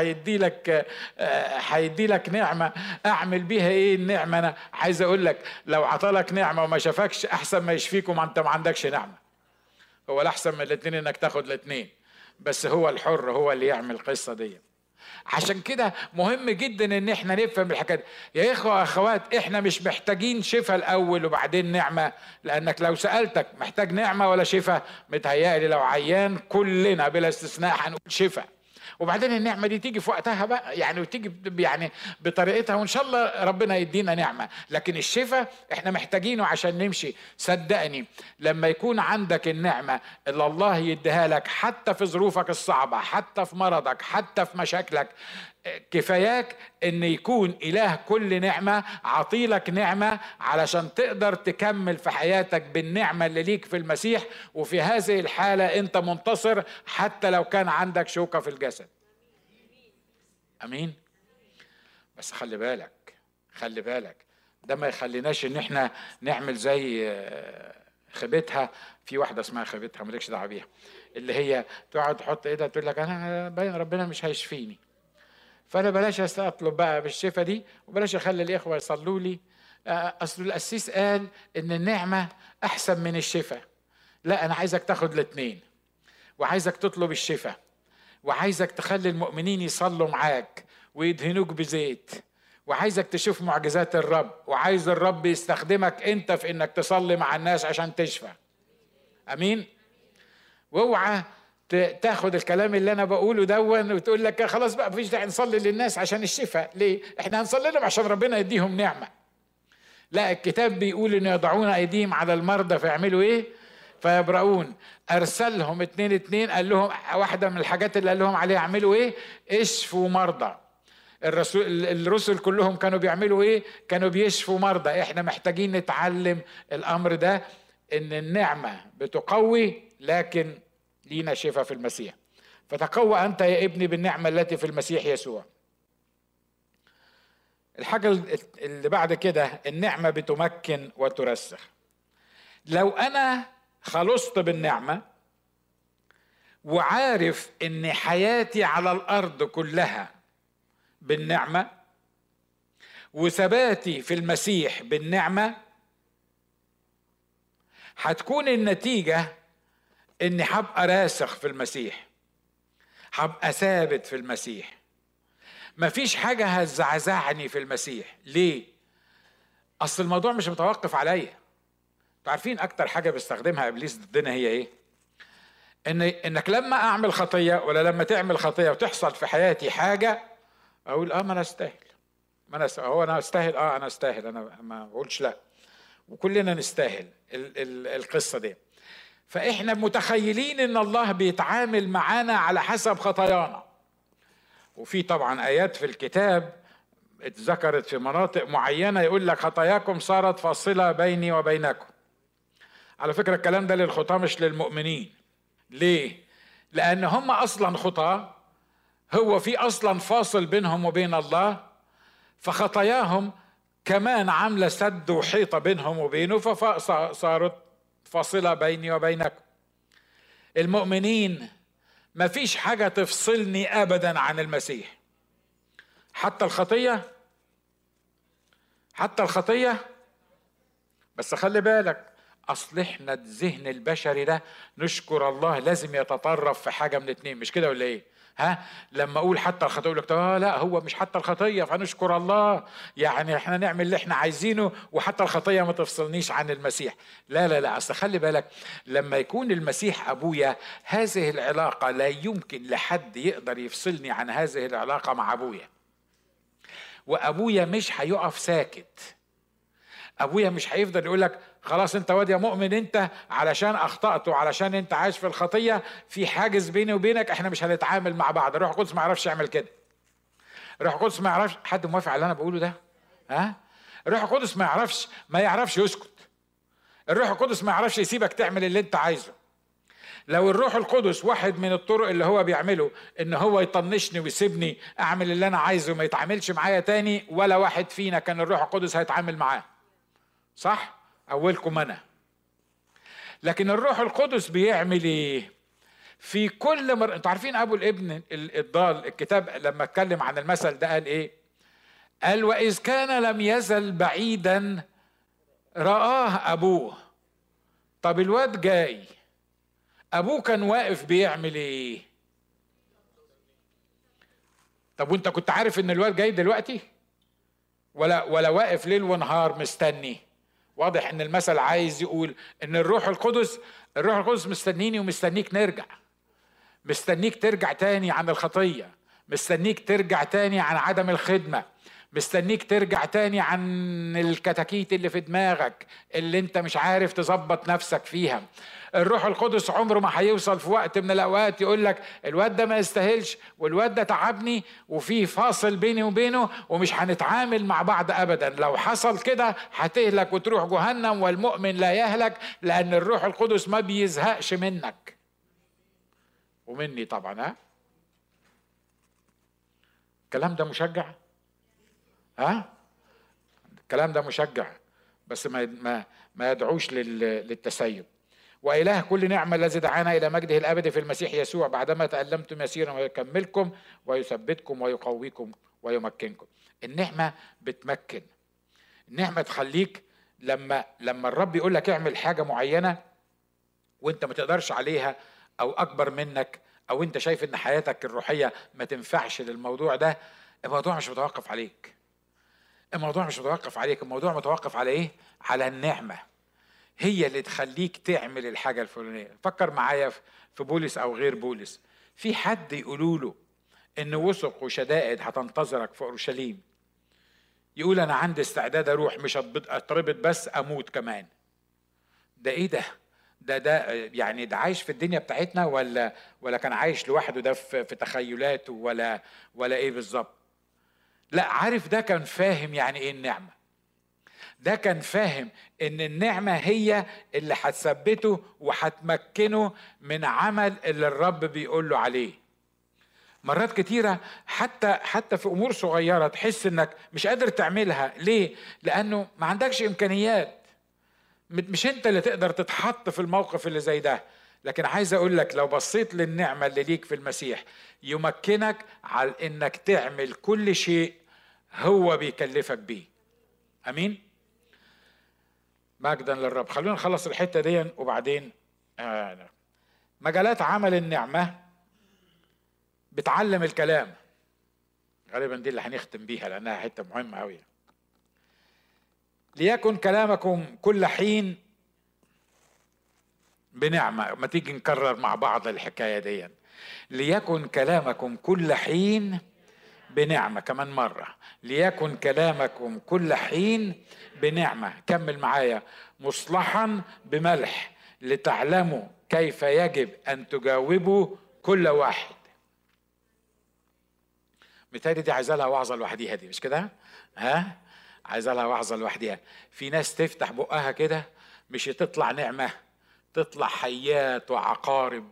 هيدي لك نعمه. اعمل بيها ايه النعمه؟ انا عايز اقول لك لو عطالك نعمه وما شافكش احسن ما يشفيك وما انت ما عندكش نعمه. هو الاحسن من الاثنين انك تاخد الاثنين، بس هو الحر هو اللي يعمل القصه دي. عشان كده مهم جدا ان احنا نفهم الحكايه دي. يا اخوه واخوات، احنا مش محتاجين شفاء الاول وبعدين نعمه، لانك لو سالتك محتاج نعمه ولا شفاء، متهيألي لو عيان كلنا بلا استثناء هنقول شفاء، وبعدين النعمة دي تيجي في وقتها بقى يعني، وتيجي يعني بطريقتها، وإن شاء الله ربنا يدينا نعمة. لكن الشفاء احنا محتاجينه عشان نمشي. صدقني لما يكون عندك النعمة اللي الله يديها لك حتى في ظروفك الصعبة، حتى في مرضك، حتى في مشاكلك، كفاياك ان يكون اله كل نعمة عطيلك نعمة علشان تقدر تكمل في حياتك بالنعمة اللي ليك في المسيح. وفي هذه الحالة انت منتصر حتى لو كان عندك شوكة في الجسد. امين. بس خلي بالك ده ما يخليناش ان احنا نعمل زي خيبتها. في واحدة اسمها خيبتها مالكش دعوة بيها، اللي هي تقعد تحط ايدها تقول لك انا باين ربنا مش هيشفيني، فانا بلاش اطلب بقى بالشفاء دي، وبلاش اخلي الاخوه يصلوا لي، اصل القسيس قال ان النعمه احسن من الشفاء. لا، انا عايزك تاخد الاثنين، وعايزك تطلب الشفاء، وعايزك تخلي المؤمنين يصلوا معاك ويدهنوك بزيت، وعايزك تشوف معجزات الرب، وعايز الرب يستخدمك انت في انك تصلي مع الناس عشان تشفى. امين. واوعى تاخد الكلام اللي انا بقوله دون وتقول لك خلاص بقى مفيش داعي نصلي للناس عشان الشفاء. ليه؟ احنا هنصلي لهم عشان ربنا يديهم نعمه. لا، الكتاب بيقول ان يضعون ايديهم على المرضى فيعملوا ايه؟ فيبرؤون. ارسلهم 2 قال لهم واحده من الحاجات اللي قال لهم عليها اعملوا ايه؟ اشفوا مرضى. الرسل كلهم كانوا بيعملوا ايه؟ كانوا بيشفوا مرضى. احنا محتاجين نتعلم الامر ده، ان النعمه بتقوي لكن لينا شفاء في المسيح. فتقوى أنت يا ابني بالنعمة التي في المسيح يسوع. الحاجة اللي بعد كده، النعمة بتمكن وترسخ. لو أنا خلصت بالنعمة وعارف أن حياتي على الأرض كلها بالنعمة، وثباتي في المسيح بالنعمة، هتكون النتيجة اني هبقى راسخ في المسيح، هبقى ثابت في المسيح، مفيش حاجة هتزعزعني في المسيح. ليه؟ اصل الموضوع مش متوقف عليا. انتوا عارفين اكتر حاجة بيستخدمها ابليس ضدنا هي ايه؟ انك لما اعمل خطية ولا لما تعمل خطية وتحصل في حياتي حاجة، اقول ما انا استاهل، ما انا هو انا استاهل، انا استاهل، انا ما اقولش لا، وكلنا نستاهل القصة دي. فإحنا متخيلين إن الله بيتعامل معانا على حسب خطايانا. وفي طبعا آيات في الكتاب اتذكرت في مناطق معينة يقول لك خطاياكم صارت فاصلة بيني وبينكم. على فكرة الكلام ده للخطاة مش للمؤمنين. ليه؟ لأن هم أصلا خطاة، هو في أصلا فاصل بينهم وبين الله، فخطاياهم كمان عاملة سد وحيطة بينهم وبينه، فصارت فاصلة بيني وبينكم. المؤمنين ما فيش حاجة تفصلني أبدا عن المسيح، حتى الخطية. بس خلي بالك، أصل إحنا الذهن البشري ده نشكر الله لازم يتطرف في حاجة من اتنين، مش كده ولا إيه؟ لما اقول حتى الخطيه يقول لك لا هو مش حتى الخطيه فنشكر الله، يعني احنا نعمل اللي احنا عايزينه وحتى الخطيه ما تفصلنيش عن المسيح. لا، اصل خلي بالك، لما يكون المسيح ابويا، هذه العلاقه لا يمكن لحد يقدر يفصلني عن هذه العلاقه مع ابويا. وابويا مش هيقف ساكت. ابويا مش هيفضل يقول لك خلاص انت واد يا مؤمن، انت علشان اخطأت وعلشان انت عايش في الخطية في حاجز بيني وبينك، احنا مش هنتعامل مع بعض. الروح القدس ما يعرفش يعمل كده. الروح القدس ما يعرفش. حد موافق على اللي انا بقوله ده؟ الروح القدس ما يعرفش يسكت. الروح القدس ما يعرفش يسيبك تعمل اللي انت عايزه. لو الروح القدس واحد من الطرق اللي هو بيعمله ان هو يطنشني ويسيبني اعمل اللي انا عايزه وما يتعاملش معايا تاني، ولا واحد فينا كان الروح القدس هيتعامل معاه، صح؟ أولكم أنا. لكن الروح القدس بيعمل إيه؟ في كل مرة. أنتوا عارفين أبو الابن الضال، الكتاب لما اتكلم عن المثل ده قال إيه؟ قال وإذ كان لم يزل بعيدا رآه أبوه. طب الواد جاي، أبوه كان واقف بيعمل إيه؟ طب وانت كنت عارف ان الواد جاي دلوقتي؟ ولا واقف ليل ونهار مستني؟ واضح ان المثل عايز يقول ان الروح القدس مستنيني ومستنيك نرجع، مستنيك ترجع تاني عن الخطية، مستنيك ترجع تاني عن عدم الخدمة، مستنيك ترجع تاني عن الكتاكيت اللي في دماغك اللي انت مش عارف تظبط نفسك فيها. الروح القدس عمره ما هيوصل في وقت من الاوقات يقول لك الواد ده ما يستاهلش والواد ده تعبني وفي فاصل بيني وبينه ومش هنتعامل مع بعض ابدا. لو حصل كده هتهلك وتروح جهنم، والمؤمن لا يهلك، لان الروح القدس ما بيزهقش منك ومني طبعا. ها الكلام ده مشجع؟ الكلام ده مشجع، بس ما يدعوش للتسيب. وإله كل نعمة الذي دعانا إلى مجده الأبدي في المسيح يسوع بعدما تألمتم يسيرا ويكملكم ويثبتكم ويقويكم ويمكنكم. النعمة بتمكن، النعمة تخليك لما الرب يقول لك اعمل حاجة معينة وانت ما تقدرش عليها أو أكبر منك، أو انت شايف ان حياتك الروحية ما تنفعش للموضوع ده، الموضوع مش متوقف عليك. الموضوع مش متوقف عليك، الموضوع متوقف على ايه؟ على النعمة، هي اللي تخليك تعمل الحاجة الفلانية. فكر معايا في بولس او غير بولس. في حد يقولوا له ان وثق وشدائد هتنتظرك في اورشليم يقول انا عندي استعداد اروح، مش اتربط بس، اموت كمان؟ ده ايه ده يعني ده عايش في الدنيا بتاعتنا ولا كان عايش لوحده ده في تخيلاته ولا ايه بالظبط؟ لا، عارف، ده كان فاهم يعني ايه النعمة. ده كان فاهم ان النعمة هي اللي هتثبته وهتمكنه من عمل اللي الرب بيقول له عليه. مرات كتيرة حتى في امور صغيرة تحس انك مش قادر تعملها. ليه؟ لانه ما عندكش امكانيات، مش انت اللي تقدر تتحط في الموقف اللي زي ده. لكن عايز اقول لك لو بصيت للنعمة اللي ليك في المسيح يمكنك على انك تعمل كل شيء هو بيكلفك بيه. امين. مجدا للرب. خلونا نخلص الحتة دي وبعدين مجالات عمل النعمة بتعلم الكلام. غالبا دي اللي هنختم بيها لانها حتة مهمة قوي. ليكن كلامكم كل حين بنعمة. ما تيجي نكرر مع بعض الحكاية دي. ليكن كلامكم كل حين بنعمة. كمان مرة، ليكن كلامكم كل حين بنعمة. كمل معايا. مصلحا بملح لتعلموا كيف يجب أن تجاوبوا كل واحد. متهيألي دي عايزة لها وعظة لوحديها دي، مش كده؟ عايزة لها وعظة لوحديها. في ناس تفتح بقها كده مش تطلع نعمة، تطلع حيات وعقارب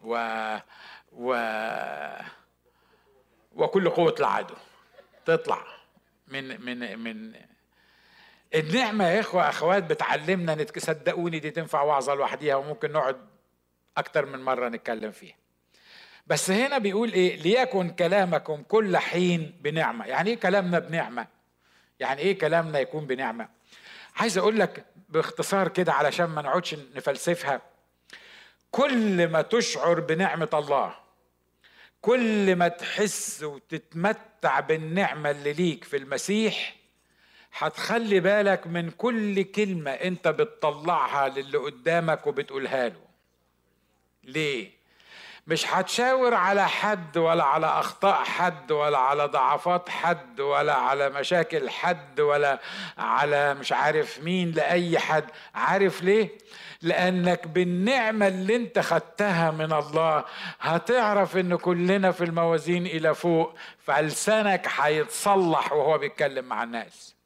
وكل قوة العدو تطلع من النعمة. يا إخوة أخوات بتعلمنا صدقوني دي تنفع وعظة لوحديها وممكن نقعد أكتر من مرة نتكلم فيها. بس هنا بيقول إيه؟ ليكن كلامكم كل حين بنعمة. يعني إيه كلامنا بنعمة؟ يعني إيه كلامنا يكون بنعمة؟ عايز أقول لك باختصار كده علشان ما نقعدش نفلسفها. كل ما تشعر بنعمة الله، كل ما تحس وتتمتع بالنعمة اللي ليك في المسيح، هتخلي بالك من كل كلمة انت بتطلعها للي قدامك وبتقولها له. ليه؟ مش هتشاور على حد ولا على أخطاء حد ولا على ضعفات حد ولا على مشاكل حد ولا على مش عارف مين لأي حد. عارف ليه؟ لأنك بالنعمة اللي انت خدتها من الله هتعرف ان كلنا في الموازين إلى فوق، فلسانك هيتصلح وهو بيتكلم مع الناس.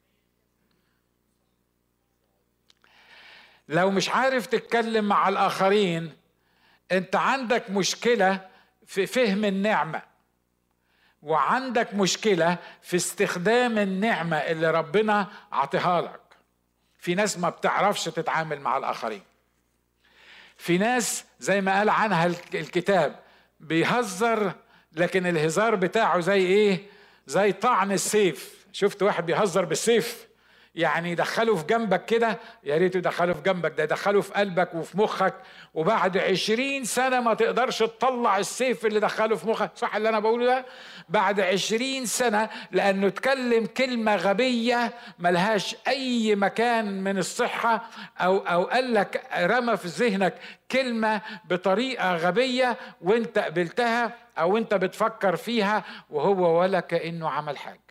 لو مش عارف تتكلم مع الآخرين انت عندك مشكلة في فهم النعمة، وعندك مشكلة في استخدام النعمة اللي ربنا عطيها لك. في ناس ما بتعرفش تتعامل مع الآخرين. في ناس زي ما قال عنها الكتاب بيهزر، لكن الهزار بتاعه زي ايه؟ زي طعن السيف. شفت واحد بيهزر بالسيف؟ يعني دخله في جنبك كده، يا ريت يدخله في جنبك، ده دخله في قلبك وفي مخك، وبعد 20 سنة ما تقدرش تطلع السيف اللي دخله في مخك. صح اللي أنا بقوله ده؟ بعد 20 سنة، لأنه اتكلم كلمة غبية ملهاش أي مكان من الصحة، أو قال لك رمى في ذهنك كلمة بطريقة غبية وانت قبلتها أو انت بتفكر فيها، وهو ولا كأنه عمل حاجة.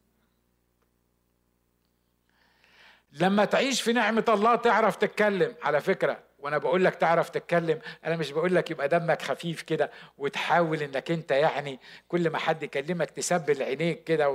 لما تعيش في نعمة الله تعرف تتكلم. على فكرة وانا بقول لك تعرف تتكلم، انا مش بقول لك يبقى دمك خفيف كده وتحاول انك انت يعني كل ما حد يكلمك تسبل عينيك كده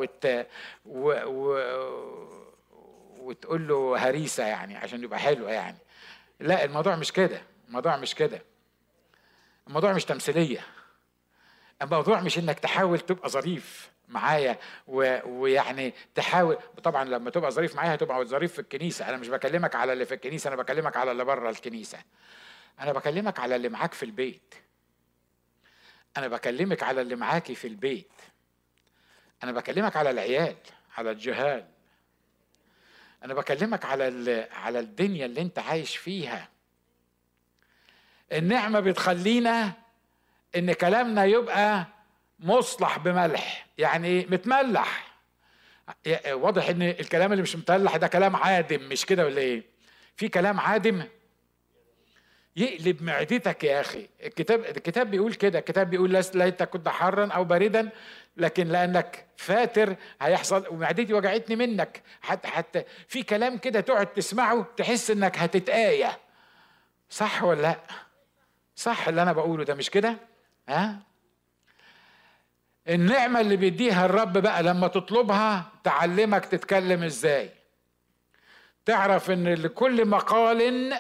وتقول له هريسة يعني عشان يبقى حلو يعني. لا، الموضوع مش كده، الموضوع مش كده، الموضوع مش تمثيلية، الموضوع مش انك تحاول تبقى ظريف معايا ويعني تحاول. طبعا لما تبقى ظريف معايا هتبقى ظريف في الكنيسة. انا مش بكلمك على اللي في الكنيسة، انا بكلمك على اللي بره الكنيسة، انا بكلمك على اللي معاك في البيت، انا بكلمك على اللي معاكي في البيت، انا بكلمك على العيال، على الجهال، انا بكلمك على الدنيا اللي انت عايش فيها. النعمة بتخلينا ان كلامنا يبقى مصلح بملح، يعني متملح. واضح ان الكلام اللي مش متملح ده كلام عادم، مش كده ولا ايه؟ في كلام عادم يقلب معدتك يا اخي. الكتاب بيقول كده، الكتاب بيقول ليتك كنت حارا او باردا، لكن لانك فاتر هيحصل. ومعدتي وجعتني منك. حتى في كلام كده تقعد تسمعه تحس انك هتتآية. صح ولا لا؟ صح اللي انا بقوله ده مش كده؟ ها؟ النعمة اللي بيديها الرب بقى لما تطلبها تعلمك تتكلم ازاي. تعرف ان لكل مقال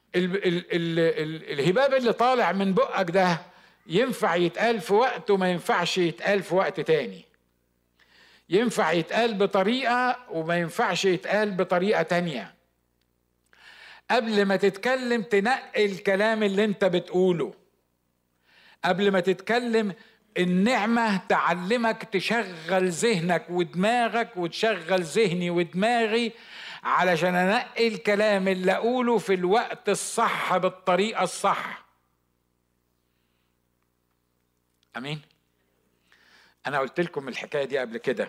الهباب اللي طالع من بقك ده ينفع يتقال في وقت وما ينفعش يتقال في وقت تاني، ينفع يتقال بطريقة وما ينفعش يتقال بطريقة تانية. قبل ما تتكلم تنقي الكلام اللي انت بتقوله. قبل ما تتكلم النعمة تعلمك تشغل ذهنك ودماغك وتشغل ذهني ودماغي علشان انقي الكلام اللي اقوله في الوقت الصح بالطريقة الصح. امين. انا قلت لكم الحكاية دي قبل كده.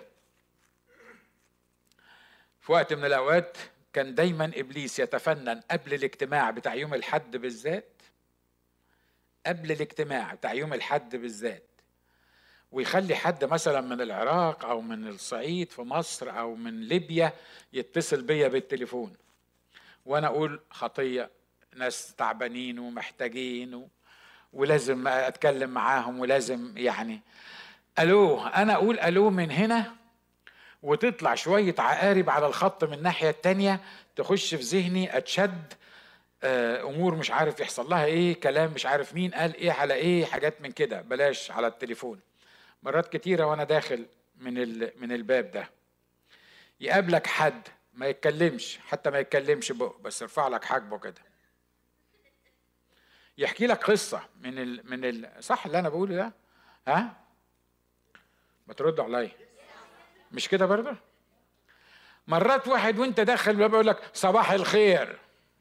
في وقت من الاوقات كان دايما ابليس يتفنن قبل الاجتماع بتاع يوم الحد بالذات، قبل الاجتماع بتاع يوم الحد بالذات، ويخلي حد مثلا من العراق او من الصعيد في مصر او من ليبيا يتصل بيا بالتليفون، وانا اقول خطية، ناس تعبانين ومحتاجين ولازم اتكلم معاهم ولازم يعني الو. انا اقول الو من هنا وتطلع شوية عقارب على الخط من الناحية التانية تخش في ذهني، اتشد امور مش عارف يحصل لها ايه، كلام مش عارف مين قال ايه على ايه، حاجات من كده. بلاش على التليفون. مرات كتيرة وانا داخل من الباب ده يقابلك حد ما يتكلمش، حتى ما يتكلمش بقه، بس يرفع لك حاجبه كده يحكي لك قصة صح اللي انا بقوله ده؟ ها؟ ما تردوا عليا، مش كده برضه؟ مرات واحد وانت داخل بيقول لك صباح الخير،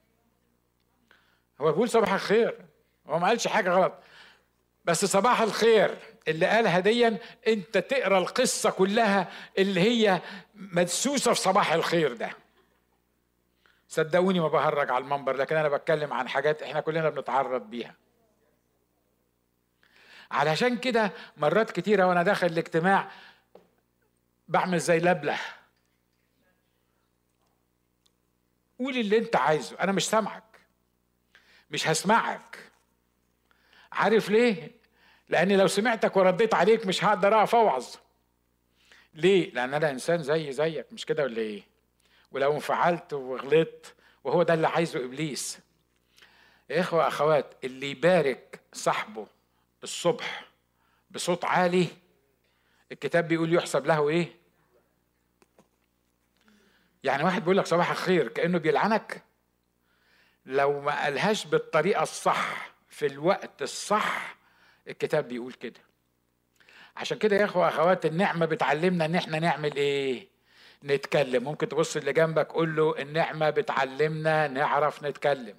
هو بيقول صباح الخير، هو ما قالش حاجة غلط، بس صباح الخير اللي قالها ديا انت تقرأ القصة كلها اللي هي مدسوسة في صباح الخير ده. صدقوني ما بهرج على المنبر، لكن انا بتكلم عن حاجات احنا كلنا بنتعرض بيها. علشان كده مرات كتيرة وانا داخل الاجتماع بعمل زي لبلة، قول اللي انت عايزه، انا مش سامعك، مش هسمعك. عارف ليه؟ لاني لو سمعتك ورديت عليك مش هقدر اقف اوعظ. ليه؟ لان انا انسان زيك، مش كده ولا ايه؟ ولو انفعلت وغلطت، وهو ده اللي عايزه ابليس. يا اخوة اخوات، اللي يبارك صاحبه الصبح بصوت عالي الكتاب بيقول يحسب له ايه؟ يعني واحد بيقول لك صباح الخير كأنه بيلعنك لو ما قالهاش بالطريقة الصح في الوقت الصح. الكتاب بيقول كده. عشان كده يا اخوة اخوات النعمة بتعلمنا ان احنا نعمل ايه؟ نتكلم. ممكن تبص اللي جنبك قول له النعمة بتعلمنا نعرف نتكلم.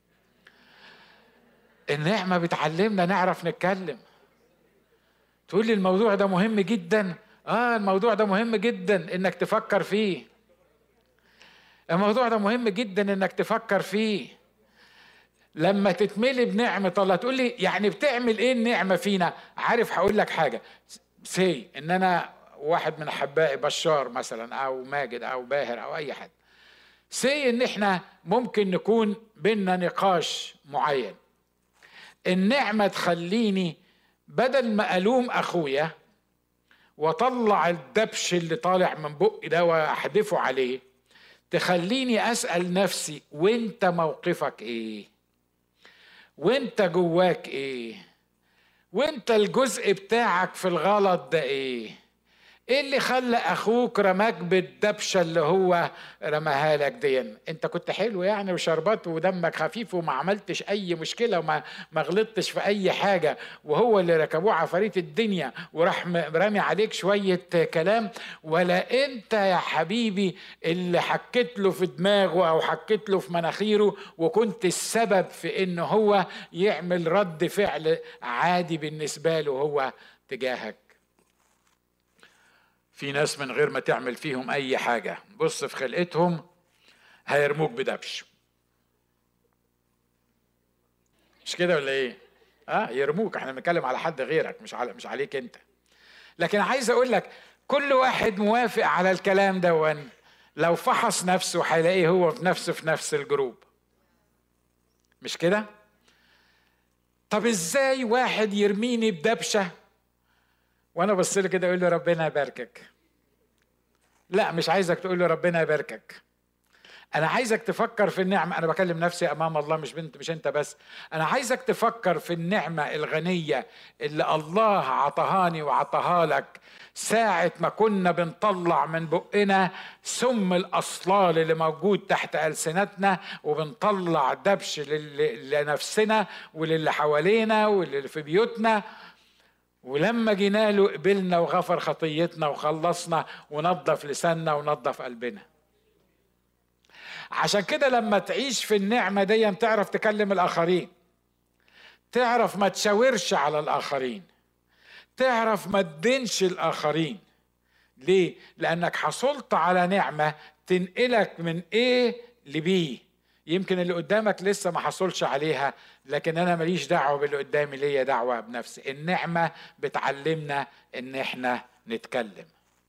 النعمة بتعلمنا نعرف نتكلم. تقول لي الموضوع ده مهم جدا. الموضوع ده مهم جدا انك تفكر فيه. الموضوع ده مهم جدا انك تفكر فيه. لما تتملي بنعمة الله تقول لي يعني بتعمل ايه النعمة فينا؟ عارف هقول لك حاجة، سي ان انا واحد من احبائي بشار مثلا او ماجد او باهر او اي حد، سي ان احنا ممكن نكون بينا نقاش معين، النعمة تخليني بدل ما ألوم أخويا وطلع الدبش اللي طالع من بقي ده وأحدفه عليه، تخليني أسأل نفسي وانت موقفك ايه؟ وانت جواك ايه؟ وانت الجزء بتاعك في الغلط ده ايه؟ ايه اللي خلى اخوك رماك بالدبشه اللي هو رماها لك دي؟ انت كنت حلو يعني وشربت ودمك خفيف وما عملتش اي مشكله وما غلطتش في اي حاجه، وهو اللي ركبوه عفاريت الدنيا وراح رامي عليك شويه كلام؟ ولا انت يا حبيبي اللي حكيت له في دماغه او حكيت له في مناخيره وكنت السبب في انه هو يعمل رد فعل عادي بالنسبه له هو تجاهك؟ في ناس من غير ما تعمل فيهم اي حاجة بص في خلقتهم هيرموك بدبش، مش كده ولا ايه؟ يرموك. احنا بنتكلم على حد غيرك مش عليك انت. لكن عايز اقول لك كل واحد موافق على الكلام ده لو فحص نفسه هيلاقيه هو في نفس الجروب، مش كده؟ طب ازاي واحد يرميني بدبشة وانا بص له كده اقول له ربنا يباركك؟ لا، مش عايزك تقول له ربنا يباركك. انا عايزك تفكر في النعمة. انا بكلم نفسي امام الله، مش انت بس. انا عايزك تفكر في النعمة الغنية اللي الله عطهاني وعطاها لك ساعة ما كنا بنطلع من بقنا سم الاصلال اللي موجود تحت ألسنتنا وبنطلع دبش لنفسنا وللي حوالينا وللي في بيوتنا، ولما جينا له قبلنا وغفر خطيتنا وخلصنا ونظف لساننا ونظف قلبنا. عشان كده لما تعيش في النعمة دي تعرف تكلم الآخرين، تعرف ما تشاورش على الآخرين، تعرف ما تدينش الآخرين. ليه؟ لأنك حصلت على نعمة تنقلك من إيه لبيه. يمكن اللي قدامك لسه ما حصلش عليها، لكن أنا ماليش دعوة باللي قدامي، ليا دعوة بنفسي. النعمة بتعلمنا إن إحنا نتكلم.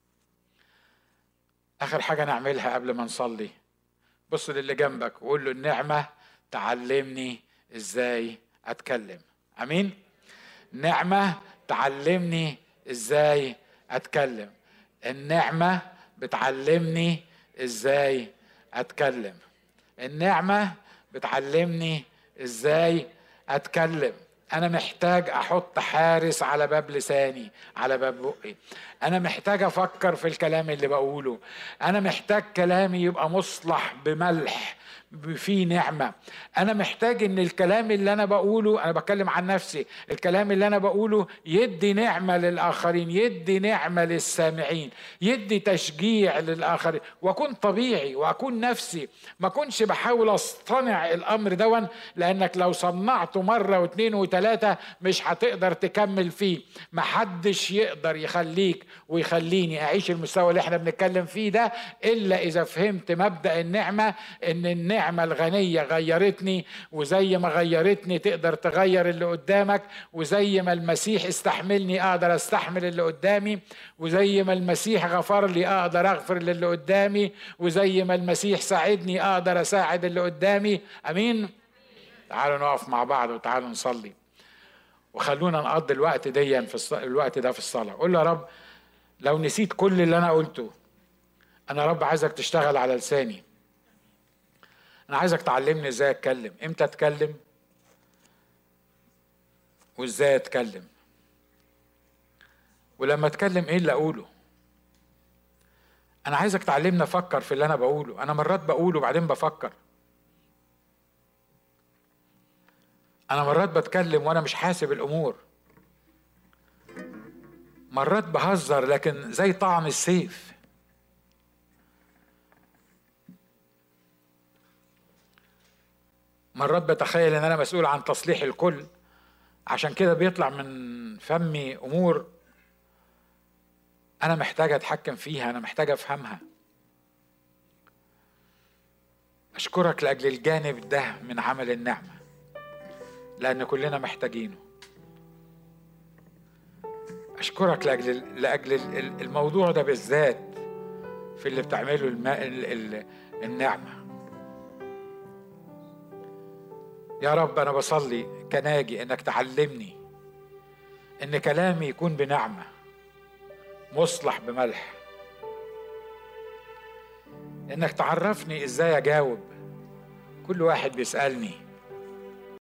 آخر حاجة نعملها قبل ما نصلي، بص للي جنبك وقول له النعمة تعلمني إزاي أتكلم. أمين؟ نعمة تعلمني إزاي أتكلم. النعمة بتعلمني إزاي أتكلم. النعمة بتعلمني إزاي أتكلم. أنا محتاج أحط حارس على باب لساني، على باب بقي. أنا محتاج أفكر في الكلام اللي بقوله. أنا محتاج كلامي يبقى مصلح بملح في نعمة. أنا محتاج إن الكلام اللي أنا بقوله، أنا بتكلم عن نفسي، الكلام اللي أنا بقوله يدي نعمة للآخرين، يدي نعمة للسامعين، يدي تشجيع للآخرين، وأكون طبيعي وأكون نفسي، ما أكونش بحاول أصطنع الأمر دون، لأنك لو صنعته مرة واثنين وثلاثة مش هتقدر تكمل فيه. محدش يقدر يخليك ويخليني أعيش المستوى اللي احنا بنتكلم فيه ده إلا إذا فهمت مبدأ النعمة، إن النعمة الغنية غيرتني، وزي ما غيرتني تقدر تغير اللي قدامك، وزي ما المسيح استحملني أقدر استحمل اللي قدامي، وزي ما المسيح غفر لي أقدر أغفر للي قدامي، وزي ما المسيح ساعدني أقدر أساعد اللي قدامي. أمين؟ تعالوا نقف مع بعض وتعالوا نصلي، وخلونا نقضي الوقت ده في الصلاة. قول يا رب لو نسيت كل اللي أنا قلته، أنا رب عايزك تشتغل على لساني. أنا عايزك تعلمني إزاي أتكلم، إمتى أتكلم وإزاي أتكلم، ولما أتكلم إيه اللي أقوله. أنا عايزك تعلمني أفكر في اللي أنا بقوله. أنا مرات بقوله وبعدين بفكر. أنا مرات بتكلم وأنا مش حاسب الأمور. مرات بهزر لكن زي طعم السيف. مرات بتخيل ان انا مسؤول عن تصليح الكل، عشان كده بيطلع من فمي امور انا محتاج اتحكم فيها، انا محتاج افهمها. اشكرك لاجل الجانب ده من عمل النعمة، لان كلنا محتاجينه. اشكرك لاجل الموضوع ده بالذات في اللي بتعمله النعمة. يا رب أنا بصلي كناجي إنك تعلمني إن كلامي يكون بنعمة، مصلح بملح، إنك تعرفني إزاي أجاوب كل واحد بيسألني،